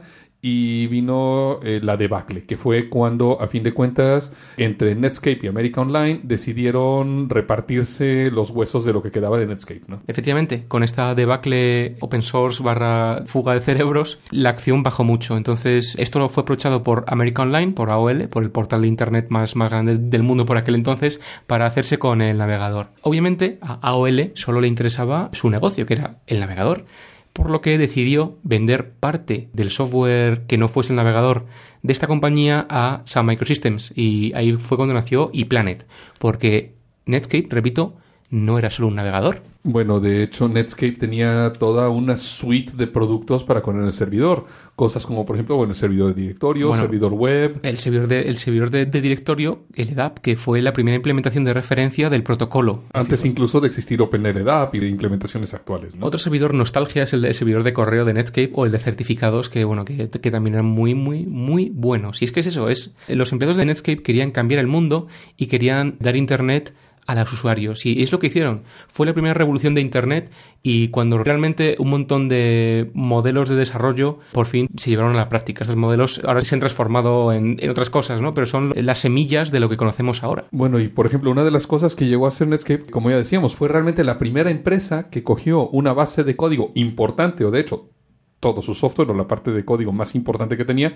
y vino eh, la debacle, que fue cuando, a fin de cuentas, entre Netscape y América Online decidieron repartirse los huesos de lo que quedaba de Netscape, ¿no? Efectivamente, con esta debacle open source barra fuga de cerebros, la acción bajó mucho. Entonces, esto fue aprovechado por América Online, por A O L, por el portal de internet más, más grande del mundo por aquel entonces, para hacerse con el navegador. Obviamente, a A O L solo le interesaba su negocio, que era el navegador, por lo que decidió vender parte del software que no fuese el navegador de esta compañía a Sun Microsystems, y ahí fue cuando nació ePlanet, porque Netscape, repito, no era solo un navegador. Bueno, de hecho, Netscape tenía toda una suite de productos para poner en el servidor. Cosas como, por ejemplo, bueno, el servidor de directorio, bueno, servidor web. El servidor de, el servidor de, de directorio, el E D A P, que fue la primera implementación de referencia del protocolo. Antes decir, incluso de existir OpenLDAP y de implementaciones actuales, ¿no? Otro servidor nostalgia es el, de, el servidor de correo de Netscape o el de certificados, que bueno, que, que también eran muy, muy, muy buenos. Y es que es eso, es los empleados de Netscape querían cambiar el mundo y querían dar internet a los usuarios, y es lo que hicieron. Fue la primera revolución de Internet, y cuando realmente un montón de modelos de desarrollo por fin se llevaron a la práctica. Esos modelos ahora se han transformado en, en otras cosas, ¿no? Pero son las semillas de lo que conocemos ahora. Bueno, y por ejemplo, una de las cosas que llegó a hacer Netscape, como ya decíamos, fue realmente la primera empresa que cogió una base de código importante, o de hecho todo su software o la parte de código más importante que tenía,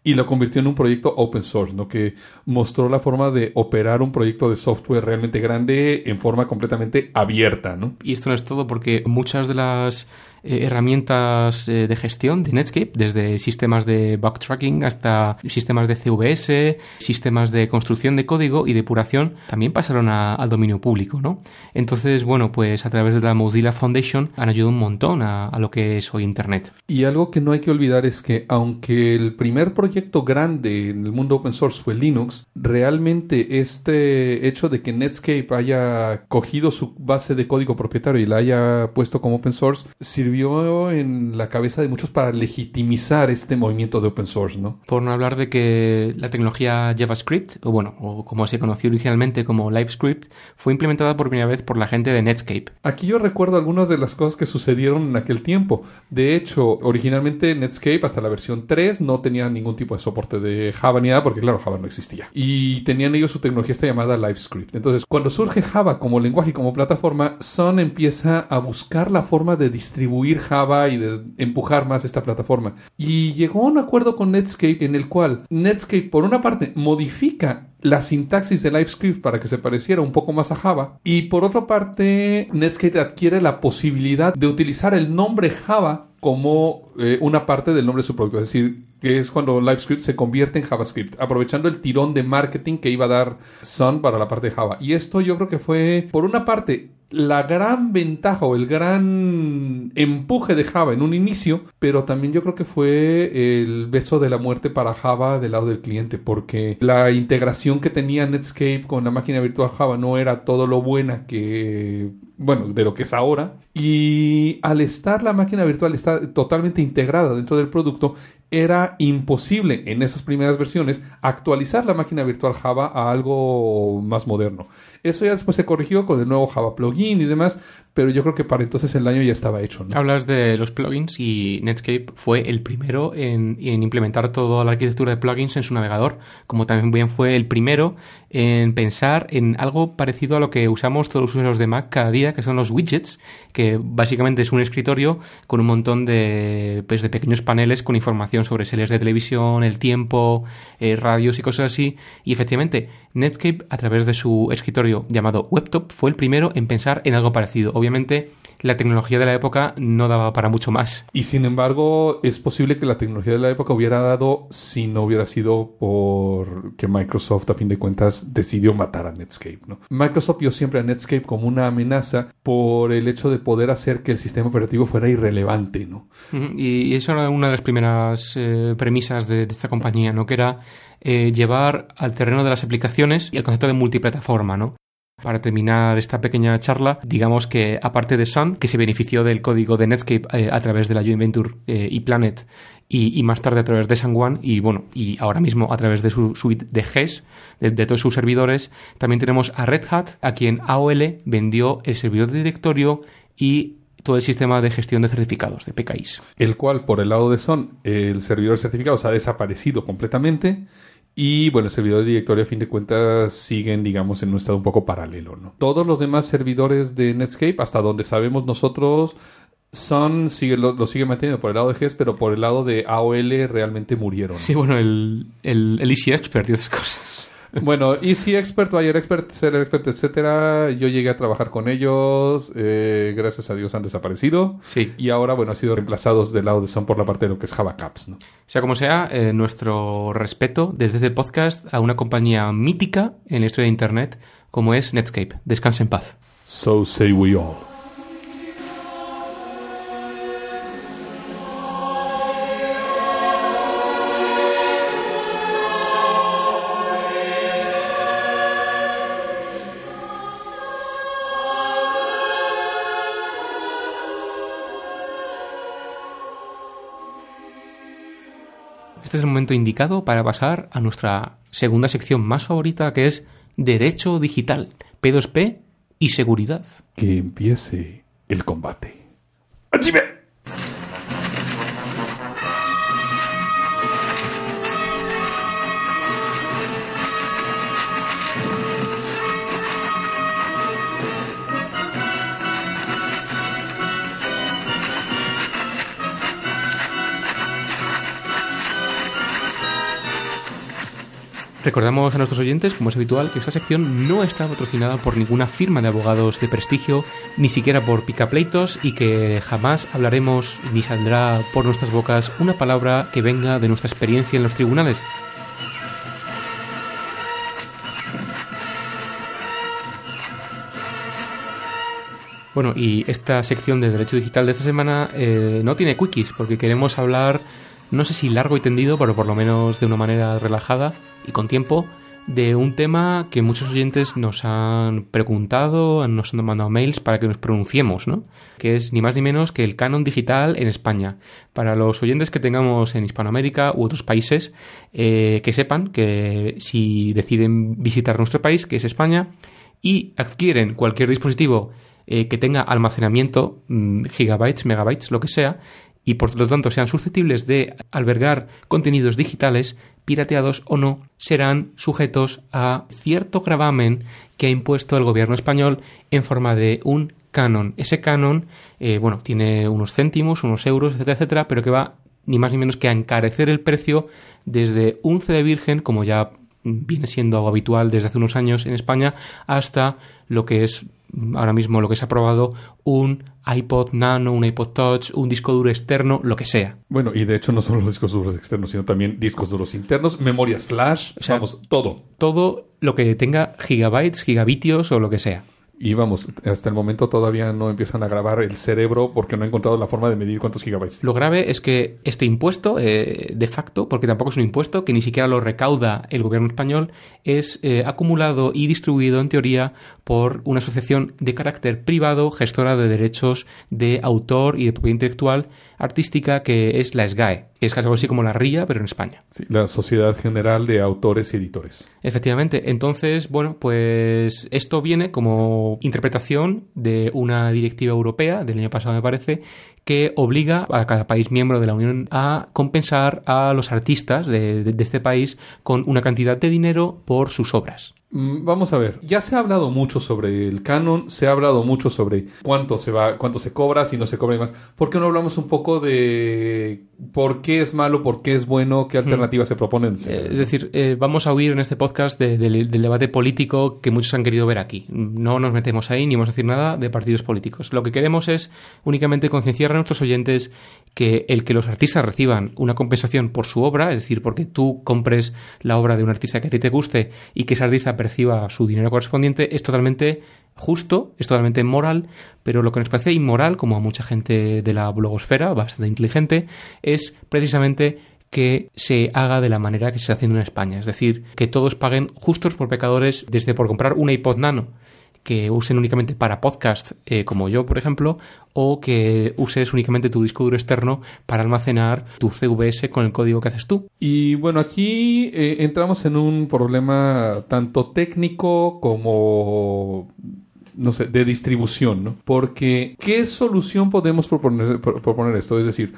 y lo convirtió en un proyecto open source, ¿no? Que mostró la forma de operar un proyecto de software realmente grande en forma completamente abierta, ¿no? Y esto no es todo, porque muchas de las eh, herramientas eh, de gestión de Netscape, desde sistemas de bug tracking hasta sistemas de C V S, sistemas de construcción de código y depuración, también pasaron a, al dominio público, ¿no? Entonces, bueno, pues a través de la Mozilla Foundation han ayudado un montón a, a lo que es hoy Internet. Y algo que no hay que olvidar es que aunque el primer proyecto grande en el mundo open source fue Linux, realmente este hecho de que Netscape haya cogido su base de código propietario y la haya puesto como open source sirvió en la cabeza de muchos para legitimizar este movimiento de open source, ¿no? Por no hablar de que la tecnología JavaScript, o bueno, o como se conoció originalmente como LiveScript, fue implementada por primera vez por la gente de Netscape. Aquí yo recuerdo algunas de las cosas que sucedieron en aquel tiempo. De hecho, originalmente Netscape hasta la versión tres no tenía ningún tipo de soporte de Java ni nada, porque claro, Java no existía. Y tenían ellos su tecnología esta llamada LiveScript. Entonces, cuando surge Java como lenguaje y como plataforma, Sun empieza a buscar la forma de distribuir Java y de empujar más esta plataforma. Y llegó a un acuerdo con Netscape en el cual Netscape, por una parte, modifica la sintaxis de LiveScript para que se pareciera un poco más a Java, y por otra parte, Netscape adquiere la posibilidad de utilizar el nombre Java como eh, una parte del nombre de su producto, es decir, que es cuando LiveScript se convierte en JavaScript, aprovechando el tirón de marketing que iba a dar Sun para la parte de Java. Y esto yo creo que fue, por una parte, la gran ventaja o el gran empuje de Java en un inicio, pero también yo creo que fue el beso de la muerte para Java del lado del cliente, porque la integración que tenía Netscape con la máquina virtual Java no era todo lo buena que, bueno, de lo que es ahora. Y al estar la máquina virtual está totalmente integrada dentro del producto, era imposible en esas primeras versiones actualizar la máquina virtual Java a algo más moderno. Eso ya después se corrigió con el nuevo Java plugin y demás, pero yo creo que para entonces el daño ya estaba hecho, ¿no? Hablas de los plugins y Netscape fue el primero en, en implementar toda la arquitectura de plugins en su navegador, como también bien fue el primero en pensar en algo parecido a lo que usamos todos los usuarios de Mac cada día, que son los widgets, que básicamente es un escritorio con un montón de, pues, de pequeños paneles con información sobre series de televisión, el tiempo, eh, radios y cosas así. Y efectivamente, Netscape, a través de su escritorio llamado WebTop, fue el primero en pensar en algo parecido. Obviamente, la tecnología de la época no daba para mucho más. Y sin embargo, es posible que la tecnología de la época hubiera dado si no hubiera sido por que Microsoft, a fin de cuentas, decidió matar a Netscape, ¿no? Microsoft vio siempre a Netscape como una amenaza por el hecho de poder hacer que el sistema operativo fuera irrelevante, ¿no? Y eso era una de las primeras eh, premisas de, de esta compañía, ¿no? Que era eh, llevar al terreno de las aplicaciones y el concepto de multiplataforma, ¿no? Para terminar esta pequeña charla, digamos que aparte de Sun, que se benefició del código de Netscape eh, a través de la joint venture eh, ePlanet y, y más tarde a través de SunOne y bueno, y ahora mismo a través de su suite de G E S, de, de todos sus servidores, también tenemos a Red Hat, a quien A O L vendió el servidor de directorio y todo el sistema de gestión de certificados, de P K Is. El cual, por el lado de Sun, el servidor de certificados ha desaparecido completamente. Y bueno, el servidor de directorio a fin de cuentas siguen, digamos, en un estado un poco paralelo, ¿no? Todos los demás servidores de Netscape, hasta donde sabemos nosotros, Sun sigue, lo, lo sigue manteniendo por el lado de G E S, pero por el lado de A O L realmente murieron. Sí, bueno, el, el, el Easy Expert y esas cosas. Bueno, Easy Expert, Wire Expert, Seller Expert, etcétera. Yo llegué a trabajar con ellos. Eh, gracias a Dios han desaparecido. Sí. Y ahora, bueno, han sido reemplazados del lado de Sun por la parte de lo que es Java Caps, ¿no? Sea como sea, eh, nuestro respeto desde este podcast a una compañía mítica en la historia de Internet como es Netscape. Descanse en paz. So say we all. Este es el momento indicado para pasar a nuestra segunda sección más favorita, que es Derecho Digital, P dos P y Seguridad. Que empiece el combate. ¡Achime! Recordamos a nuestros oyentes, como es habitual, que esta sección no está patrocinada por ninguna firma de abogados de prestigio, ni siquiera por picapleitos, y que jamás hablaremos ni saldrá por nuestras bocas una palabra que venga de nuestra experiencia en los tribunales. Bueno, y esta sección de Derecho Digital de esta semana eh, no tiene quickies, porque queremos hablar, no sé si largo y tendido, pero por lo menos de una manera relajada y con tiempo, de un tema que muchos oyentes nos han preguntado, nos han mandado mails para que nos pronunciemos, ¿no? Que es ni más ni menos que el canon digital en España. Para los oyentes que tengamos en Hispanoamérica u otros países, eh, que sepan que si deciden visitar nuestro país, que es España, y adquieren cualquier dispositivo Eh, que tenga almacenamiento, mmm, gigabytes, megabytes, lo que sea, y por lo tanto sean susceptibles de albergar contenidos digitales, pirateados o no, serán sujetos a cierto gravamen que ha impuesto el gobierno español en forma de un canon. Ese canon, eh, bueno, tiene unos céntimos, unos euros, etcétera, etcétera, pero que va ni más ni menos que a encarecer el precio desde un C D virgen, como ya viene siendo algo habitual desde hace unos años en España, hasta lo que es ahora mismo lo que se ha aprobado, un iPod Nano, un iPod Touch, un disco duro externo, lo que sea. Bueno, y de hecho no solo los discos duros externos, sino también discos duros internos, memorias flash, o sea, vamos, todo. Todo lo que tenga gigabytes, gigabitios o lo que sea. Y vamos, hasta el momento todavía no empiezan a grabar el cerebro porque no he encontrado la forma de medir cuántos gigabytes. Lo grave es que este impuesto, eh, de facto, porque tampoco es un impuesto, que ni siquiera lo recauda el gobierno español, es eh, acumulado y distribuido en teoría por una asociación de carácter privado, gestora de derechos de autor y de propiedad intelectual artística, que es la S G A E, que es algo así como la R I A, pero en España. Sí, la Sociedad General de Autores y Editores. Efectivamente. Entonces, bueno, pues esto viene como interpretación de una directiva europea del año pasado, me parece, que obliga a cada país miembro de la Unión a compensar a los artistas de, de, de este país con una cantidad de dinero por sus obras. Vamos a ver, ya se ha hablado mucho sobre el canon, se ha hablado mucho sobre cuánto se va, cuánto se cobra, si no se cobra y más. ¿Por qué no hablamos un poco de por qué es malo, por qué es bueno, qué alternativas mm. se proponen? Es decir, eh, vamos a huir en este podcast de, de, del debate político que muchos han querido ver aquí. No nos metemos ahí ni vamos a decir nada de partidos políticos. Lo que queremos es únicamente concienciar a nuestros oyentes que el que los artistas reciban una compensación por su obra, es decir, porque tú compres la obra de un artista que a ti te guste y que ese artista perciba su dinero correspondiente, es totalmente justo, es totalmente moral, pero lo que nos parece inmoral, como a mucha gente de la blogosfera, bastante inteligente, es precisamente que se haga de la manera que se está haciendo en España, es decir, que todos paguen justos por pecadores, desde por comprar un iPod Nano que usen únicamente para podcast, eh, como yo, por ejemplo, o que uses únicamente tu disco duro externo para almacenar tu C V S con el código que haces tú. Y bueno, aquí eh, entramos en un problema tanto técnico como, no sé, de distribución, ¿no? Porque, ¿qué solución podemos proponer, proponer esto? Es decir,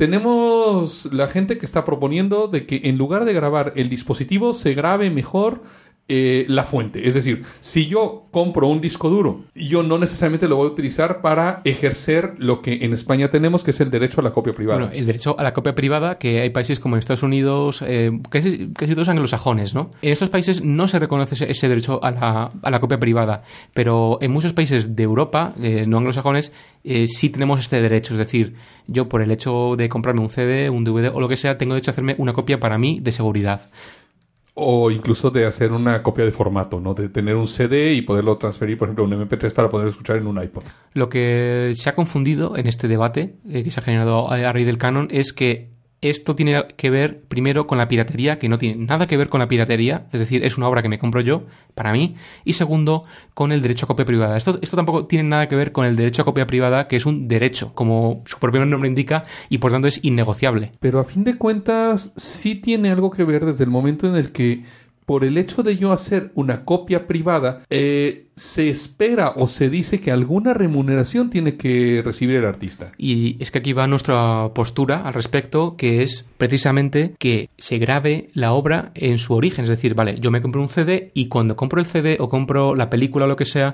tenemos la gente que está proponiendo de que en lugar de grabar el dispositivo, se grabe mejor Eh, la fuente. Es decir, si yo compro un disco duro, yo no necesariamente lo voy a utilizar para ejercer lo que en España tenemos, que es el derecho a la copia privada. Bueno, el derecho a la copia privada, que hay países como en Estados Unidos, eh, casi, casi todos anglosajones, ¿no? En estos países no se reconoce ese, ese derecho a la, a la copia privada, pero en muchos países de Europa, eh, no anglosajones, eh, sí tenemos este derecho. Es decir, yo por el hecho de comprarme un C D, un D V D o lo que sea, tengo derecho a hacerme una copia para mí de seguridad. O incluso de hacer una copia de formato, ¿no? De tener un C D y poderlo transferir, por ejemplo, a un eme pe tres para poder escuchar en un iPod. Lo que se ha confundido en este debate eh, que se ha generado a raíz del canon es que esto tiene que ver primero con la piratería, que no tiene nada que ver con la piratería, es decir, es una obra que me compro yo, para mí, y segundo, con el derecho a copia privada. Esto, esto tampoco tiene nada que ver con el derecho a copia privada, que es un derecho, como su propio nombre indica, y por tanto es innegociable. Pero a fin de cuentas, sí tiene algo que ver desde el momento en el que, por el hecho de yo hacer una copia privada, eh, se espera o se dice que alguna remuneración tiene que recibir el artista. Y es que aquí va nuestra postura al respecto, que es precisamente que se grabe la obra en su origen. Es decir, vale, yo me compro un C D y cuando compro el C D o compro la película o lo que sea,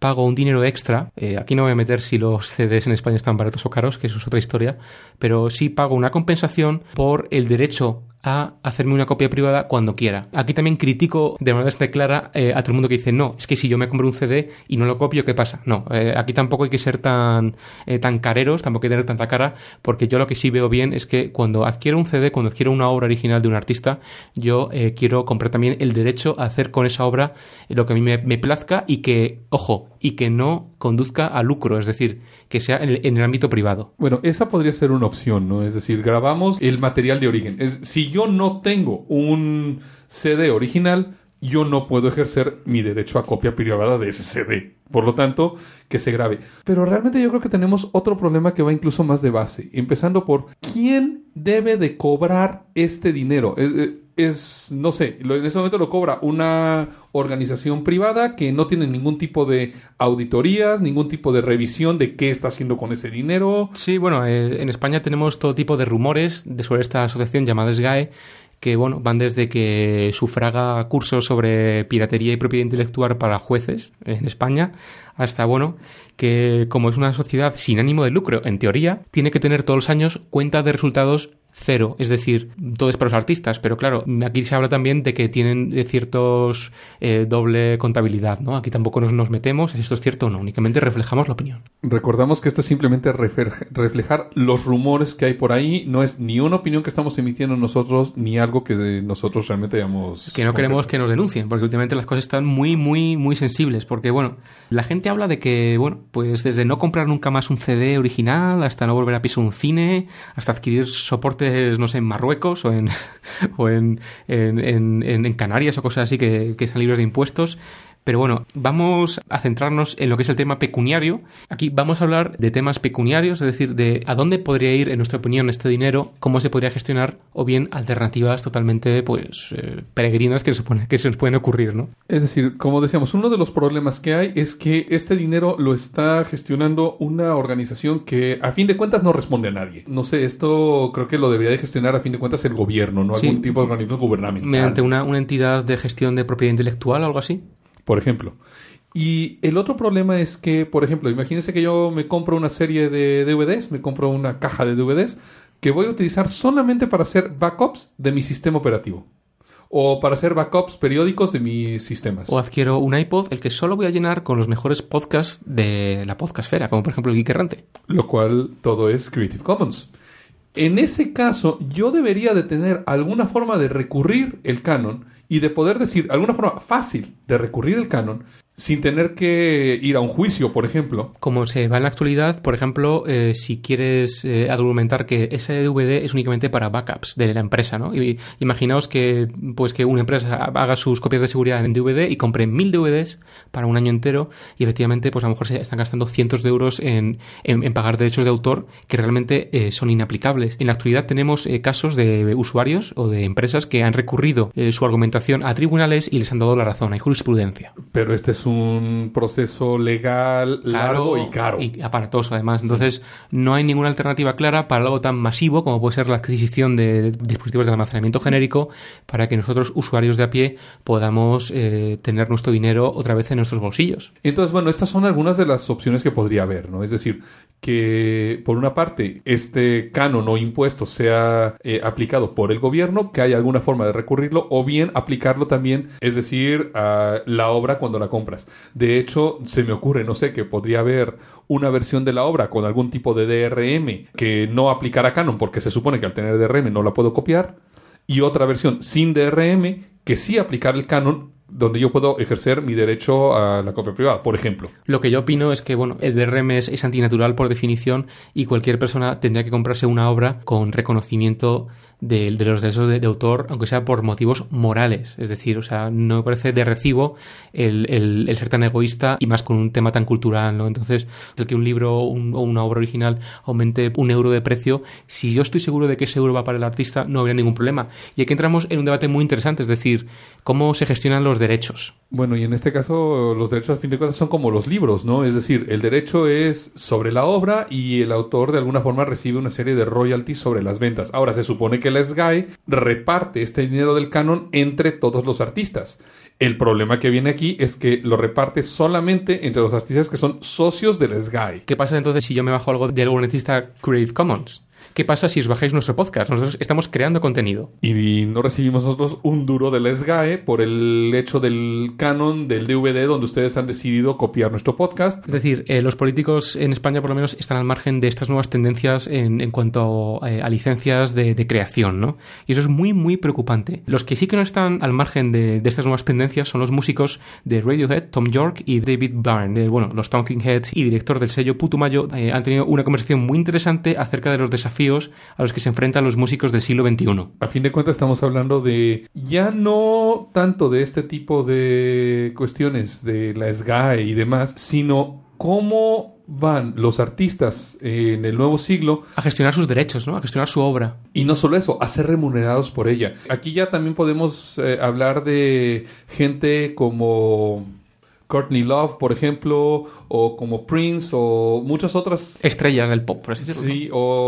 pago un dinero extra. Eh, aquí no voy a meter si los C Ds en España están baratos o caros, que eso es otra historia, pero sí pago una compensación por el derecho a hacerme una copia privada cuando quiera. Aquí también critico de manera bastante clara eh, a todo el mundo que dice, no, es que si yo me compro un C D y no lo copio, ¿qué pasa? No, eh, aquí tampoco hay que ser tan, eh, tan careros, tampoco hay que tener tanta cara, porque yo lo que sí veo bien es que cuando adquiero un C D, cuando adquiero una obra original de un artista, yo eh, quiero comprar también el derecho a hacer con esa obra lo que a mí me, me plazca y que, ojo, y que no conduzca a lucro, es decir, que sea en el, en el ámbito privado. Bueno, esa podría ser una opción, ¿no? Es decir, grabamos el material de origen. Es, si yo no tengo un C D original, yo no puedo ejercer mi derecho a copia privada de ese C D. Por lo tanto, que se grabe. Pero realmente yo creo que tenemos otro problema que va incluso más de base. Empezando por, ¿quién debe de cobrar este dinero? Es... es, no sé, en ese momento lo cobra una organización privada que no tiene ningún tipo de auditorías, ningún tipo de revisión de qué está haciendo con ese dinero. Sí, bueno, eh, en España tenemos todo tipo de rumores de sobre esta asociación llamada S G A E, que bueno, van desde que sufraga cursos sobre piratería y propiedad intelectual para jueces en España, hasta bueno, que como es una sociedad sin ánimo de lucro, en teoría, tiene que tener todos los años cuenta de resultados cero, es decir, todo es para los artistas, pero claro, aquí se habla también de que tienen de ciertos eh, doble contabilidad, ¿no? Aquí tampoco nos, nos metemos, si esto es cierto o no, únicamente reflejamos la opinión. Recordamos que esto es simplemente refer- reflejar los rumores que hay por ahí, no es ni una opinión que estamos emitiendo nosotros, ni algo que de nosotros realmente hayamos... Que no queremos que nos denuncien, porque últimamente las cosas están muy, muy, muy sensibles, porque bueno, la gente habla de que, bueno, pues desde no comprar nunca más un C D original, hasta no volver a pisar un cine, hasta adquirir soporte no sé, en Marruecos o en o en, en, en, en Canarias o cosas así que, que están libres de impuestos. Pero bueno, vamos a centrarnos en lo que es el tema pecuniario. Aquí vamos a hablar de temas pecuniarios, es decir, de a dónde podría ir, en nuestra opinión, este dinero, cómo se podría gestionar, o bien alternativas totalmente, pues, eh, peregrinas que se, supone, que se nos pueden ocurrir, ¿no? Es decir, como decíamos, uno de los problemas que hay es que este dinero lo está gestionando una organización que, a fin de cuentas, no responde a nadie. No sé, esto creo que lo debería de gestionar, a fin de cuentas, el gobierno, ¿no? Sí. Algún tipo de organismo gubernamental. Mediante una, una entidad de gestión de propiedad intelectual o algo así. Por ejemplo. Y el otro problema es que, por ejemplo, imagínense que yo me compro una serie de D V Ds, me compro una caja de D V Ds que voy a utilizar solamente para hacer backups de mi sistema operativo. O para hacer backups periódicos de mis sistemas. O adquiero un iPod, el que solo voy a llenar con los mejores podcasts de la podcastfera, como por ejemplo el Geek Errante. Lo cual todo es Creative Commons. En ese caso, yo debería de tener alguna forma de recurrir el canon y de poder decir, alguna forma fácil de recurrir el canon sin tener que ir a un juicio, por ejemplo. Como se va en la actualidad, por ejemplo, eh, si quieres eh, argumentar que ese D V D es únicamente para backups de la empresa, ¿no? Y imaginaos que, pues, que una empresa haga sus copias de seguridad en D V D y compre mil D V Ds para un año entero y efectivamente, pues a lo mejor se están gastando cientos de euros en, en, en pagar derechos de autor que realmente eh, son inaplicables. En la actualidad tenemos eh, casos de usuarios o de empresas que han recurrido eh, su argumentación a tribunales y les han dado la razón. Hay jurisprudencia. Pero este es un proceso legal largo y caro. Y aparatoso, además. Sí. Entonces, no hay ninguna alternativa clara para algo tan masivo como puede ser la adquisición de dispositivos de almacenamiento genérico para que nosotros, usuarios de a pie, podamos eh, tener nuestro dinero otra vez en nuestros bolsillos. Entonces, bueno, estas son algunas de las opciones que podría haber, ¿no? Es decir, que por una parte este canon o impuesto sea eh, aplicado por el gobierno, que haya alguna forma de recurrirlo, o bien aplicarlo también, es decir, a la obra cuando la compras. De hecho, se me ocurre, no sé, que podría haber una versión de la obra con algún tipo de D R M que no aplicara canon porque se supone que al tener D R M no la puedo copiar, y otra versión sin D R M que sí aplicar el canon donde yo puedo ejercer mi derecho a la copia privada, por ejemplo. Lo que yo opino es que, bueno, el D R M es, es antinatural por definición y cualquier persona tendría que comprarse una obra con reconocimiento de, de los derechos de, de autor, aunque sea por motivos morales. Es decir, o sea, no me parece de recibo el, el, el ser tan egoísta y más con un tema tan cultural, ¿no? Entonces, el que un libro un, o una obra original aumente un euro de precio, si yo estoy seguro de que ese euro va para el artista, no habría ningún problema. Y aquí entramos en un debate muy interesante, es decir, cómo se gestionan los derechos. Bueno, y en este caso los derechos, a fin de cuentas, son como los libros, ¿no? Es decir, el derecho es sobre la obra y el autor de alguna forma recibe una serie de royalties sobre las ventas. Ahora, se supone que la S G A E reparte este dinero del canon entre todos los artistas. El problema que viene aquí es que lo reparte solamente entre los artistas que son socios del S G A E. ¿Qué pasa entonces si yo me bajo algo de algo que necesita Creative Commons? ¿Qué pasa si os bajáis nuestro podcast? Nosotros estamos creando contenido. Y no recibimos nosotros un duro del S G A E por el hecho del canon del D V D donde ustedes han decidido copiar nuestro podcast. Es decir, eh, los políticos en España por lo menos están al margen de estas nuevas tendencias en, en cuanto eh, a licencias de, de creación, ¿no? Y eso es muy, muy preocupante. Los que sí que no están al margen de, de estas nuevas tendencias son los músicos de Radiohead, Tom York y David Byrne. De, bueno, los Talking Heads y director del sello Putumayo eh, han tenido una conversación muy interesante acerca de los desafíos a los que se enfrentan los músicos del siglo veintiuno. A fin de cuentas estamos hablando de ya no tanto de este tipo de cuestiones de la S G A E y demás, sino cómo van los artistas en el nuevo siglo a gestionar sus derechos, ¿no? A gestionar su obra. Y no solo eso, a ser remunerados por ella. Aquí ya también podemos eh, hablar de gente como Courtney Love, por ejemplo, o como Prince, o muchas otras estrellas del pop, por así decirlo. Sí,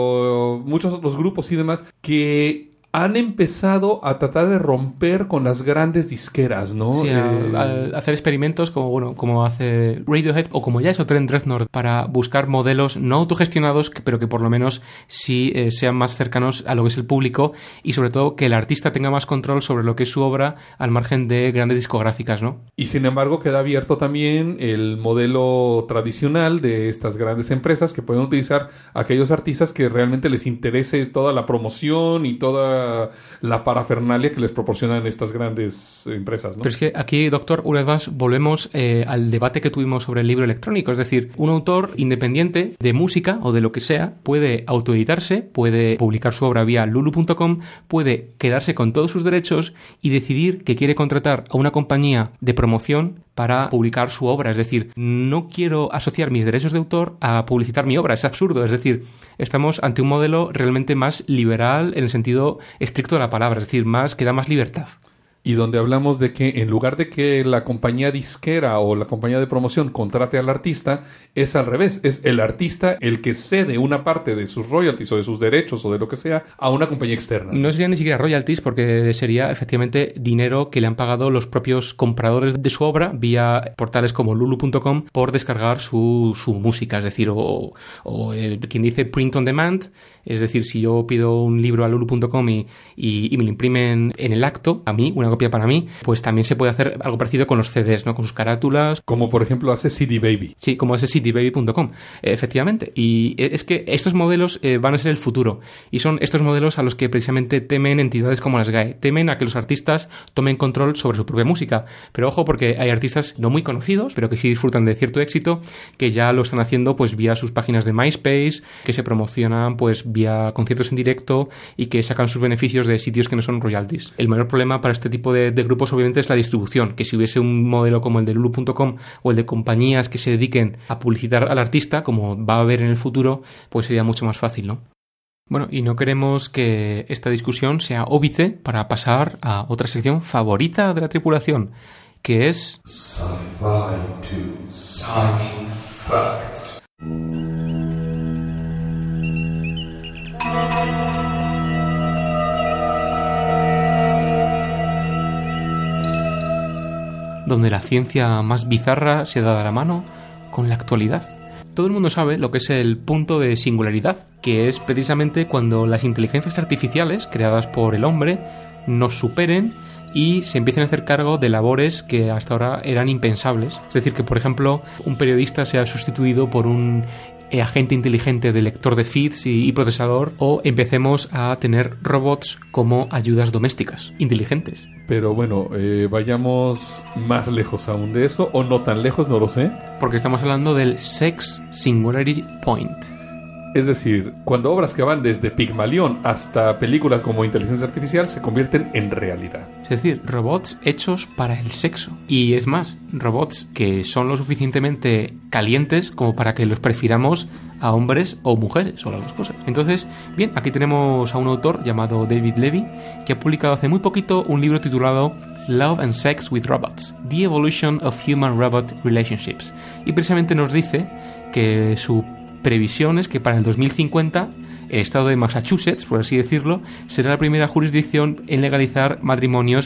o muchos otros grupos y demás que han empezado a tratar de romper con las grandes disqueras, ¿no? Sí, eh... a, a hacer experimentos como, bueno, como hace Radiohead o como ya hizo Trent Reznor para buscar modelos no autogestionados, pero que por lo menos sí eh, sean más cercanos a lo que es el público y sobre todo que el artista tenga más control sobre lo que es su obra al margen de grandes discográficas, ¿no? Y sin embargo queda abierto también el modelo tradicional de estas grandes empresas que pueden utilizar a aquellos artistas que realmente les interese toda la promoción y toda la parafernalia que les proporcionan estas grandes empresas, ¿no? Pero es que aquí, doctor, una vez más volvemos eh, al debate que tuvimos sobre el libro electrónico. Es decir, un autor independiente de música o de lo que sea puede autoeditarse, puede publicar su obra vía lulu punto com, puede quedarse con todos sus derechos y decidir que quiere contratar a una compañía de promoción para publicar su obra. Es decir, no quiero asociar mis derechos de autor a publicitar mi obra. Es absurdo. Es decir, estamos ante un modelo realmente más liberal en el sentido estricto de la palabra, es decir, más que da más libertad. Y donde hablamos de que en lugar de que la compañía disquera o la compañía de promoción contrate al artista, es al revés, es el artista el que cede una parte de sus royalties o de sus derechos o de lo que sea a una compañía externa. No sería ni siquiera royalties porque sería efectivamente dinero que le han pagado los propios compradores de su obra vía portales como lulu punto com por descargar su, su música, es decir, o, o eh, quien dice print on demand, es decir, si yo pido un libro a lulu punto com y, y, y me lo imprimen en el acto, a mí, una copia para mí, pues también se puede hacer algo parecido con los C Ds, ¿no? Con sus carátulas. Como por ejemplo hace C D Baby. Sí, como hace C D baby punto com, efectivamente. Y es que estos modelos eh, van a ser el futuro. Y son estos modelos a los que precisamente temen entidades como las G A E. Temen a que los artistas tomen control sobre su propia música. Pero ojo, porque hay artistas no muy conocidos, pero que sí disfrutan de cierto éxito, que ya lo están haciendo pues vía sus páginas de MySpace, que se promocionan pues vía conciertos en directo y que sacan sus beneficios de sitios que no son royalties. El mayor problema para este tipo de, de grupos obviamente es la distribución, que si hubiese un modelo como el de lulu punto com o el de compañías que se dediquen a publicitar al artista, como va a haber en el futuro, pues sería mucho más fácil, ¿no? Bueno, y no queremos que esta discusión sea óbice para pasar a otra sección favorita de la tripulación, que es Sci-Fi to Sci-Fact. Donde la ciencia más bizarra se da de la mano con la actualidad. Todo el mundo sabe lo que es el punto de singularidad, que es precisamente cuando las inteligencias artificiales creadas por el hombre nos superen y se empiecen a hacer cargo de labores que hasta ahora eran impensables. Es decir, que por ejemplo un periodista sea sustituido por un agente inteligente de lector de feeds y, y procesador, o empecemos a tener robots como ayudas domésticas inteligentes. Pero bueno, eh, vayamos más lejos aún de eso, o no tan lejos, no lo sé. Porque estamos hablando del Sex Singularity Point. Es decir, cuando obras que van desde Pigmalión hasta películas como Inteligencia Artificial se convierten en realidad. Es decir, robots hechos para el sexo. Y es más, robots que son lo suficientemente calientes como para que los prefiramos a hombres o mujeres, o las dos cosas. Entonces, bien, aquí tenemos a un autor llamado David Levy, que ha publicado hace muy poquito un libro titulado Love and Sex with Robots, The Evolution of Human-Robot Relationships. Y precisamente nos dice que su previsión es que para el dos mil cincuenta el estado de Massachusetts, por así decirlo, será la primera jurisdicción en legalizar matrimonios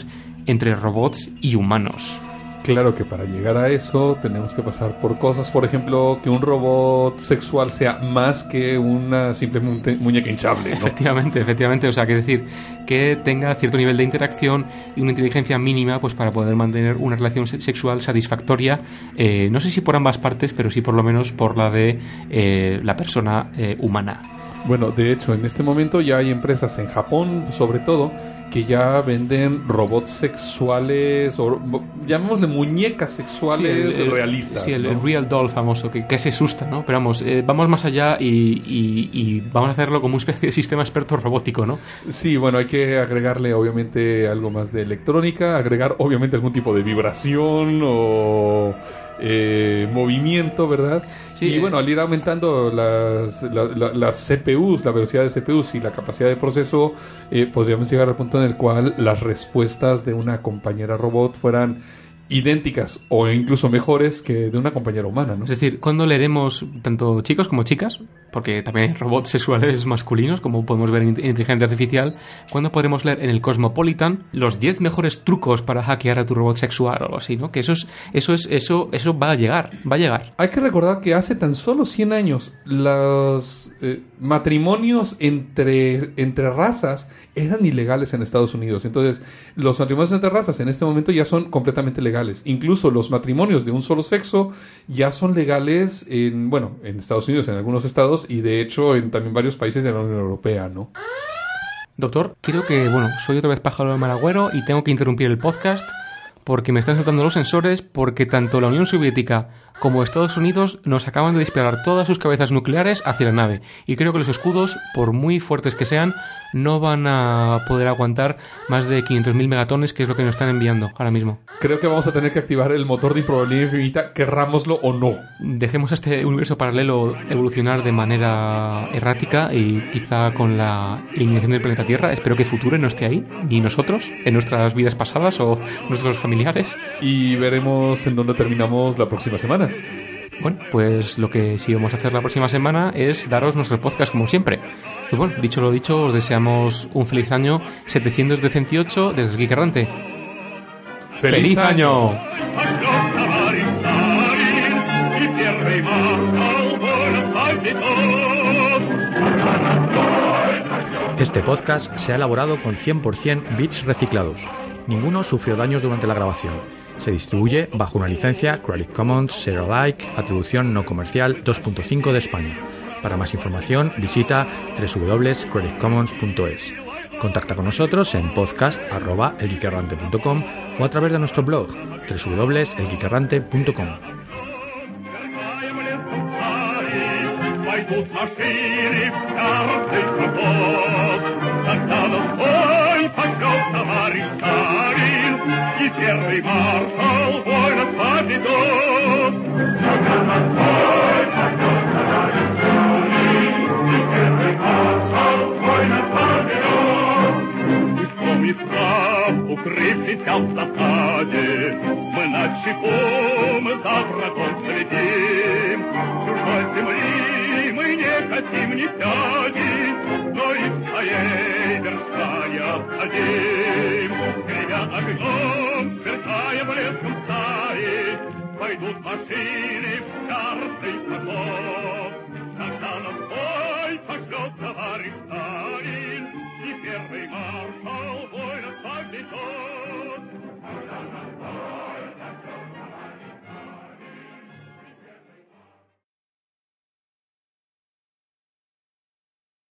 entre robots y humanos. Claro que para llegar a eso tenemos que pasar por cosas, por ejemplo, que un robot sexual sea más que una simple mu- muñeca hinchable, ¿no? Efectivamente, efectivamente, o sea, que es decir, que tenga cierto nivel de interacción y una inteligencia mínima, pues para poder mantener una relación se- sexual satisfactoria, eh, no sé si por ambas partes, pero sí por lo menos por la de eh, la persona eh, humana. Bueno, de hecho, en este momento ya hay empresas en Japón, sobre todo, que ya venden robots sexuales, o llamémosle muñecas sexuales Sí, el, el- realistas. Sí, el, ¿no? el Real Doll famoso, que, que se asusta, ¿no? Pero vamos, eh, vamos más allá y, y, y vamos a hacerlo como una especie de sistema experto robótico, ¿no? Sí, bueno, hay que agregarle obviamente algo más de electrónica, agregar obviamente algún tipo de vibración o eh, movimiento, ¿verdad? Sí, y eh, bueno, al ir aumentando las, la- la- las C P Us, la velocidad de C P Us y la capacidad de proceso, eh, podríamos llegar al punto en el cual las respuestas de una compañera robot fueran idénticas o incluso mejores que de una compañera humana, ¿no? Es decir, ¿cuándo leeremos tanto chicos como chicas? Porque también hay robots sexuales masculinos, como podemos ver en Inteligencia Artificial. ¿Cuándo podremos leer en el Cosmopolitan los diez mejores trucos para hackear a tu robot sexual o algo así, ¿no? Que eso es, eso es, eso, eso va a llegar, va a llegar. Hay que recordar que hace tan solo cien años los eh, matrimonios entre, entre razas eran ilegales en Estados Unidos. Entonces, los matrimonios entre razas en este momento ya son completamente legales. Incluso los matrimonios de un solo sexo ya son legales en, bueno, en Estados Unidos, en algunos estados, y de hecho en también varios países de la Unión Europea, ¿no? Doctor, creo que, bueno, soy otra vez pájaro de mal agüero y tengo que interrumpir el podcast porque me están saltando los sensores, porque tanto la Unión Soviética como Estados Unidos nos acaban de disparar todas sus cabezas nucleares hacia la nave. Y creo que los escudos, por muy fuertes que sean, no van a poder aguantar más de quinientos mil megatones, que es lo que nos están enviando ahora mismo. Creo que vamos a tener que activar el motor de improbabilidad infinita, querrámoslo o no. Dejemos a este universo paralelo evolucionar de manera errática y quizá con la eliminación del planeta Tierra. Espero que Future no esté ahí, ni nosotros, en nuestras vidas pasadas o nuestros familiares. Y veremos en dónde terminamos la próxima semana. Bueno, pues lo que sí vamos a hacer la próxima semana es daros nuestro podcast como siempre. Y bueno, dicho lo dicho, os deseamos un feliz año setecientos dieciocho desde el Geek Errante. ¡Feliz año! Este podcast se ha elaborado con cien por ciento bits reciclados. Ninguno sufrió daños durante la grabación. Se distribuye bajo una licencia Creative Commons Share Alike, atribución no comercial dos punto cinco de España. Para más información visita doble u doble u doble u punto creative commons punto es. Contacta con nosotros en podcast arroba el geek errante punto com o a través de nuestro blog doble u doble u doble u punto el geek errante punto com. Укрывшись в засаде, мы ночевом за врагом следим. Чужой земли мы не хотим ни пяди, но и своей вершая отходим. Гремя огнем, сверкая блеском стаи, пойдут машины в каждый поток. Когда на бой пошлет товарищ Сталин, и первый маршал воинов победит.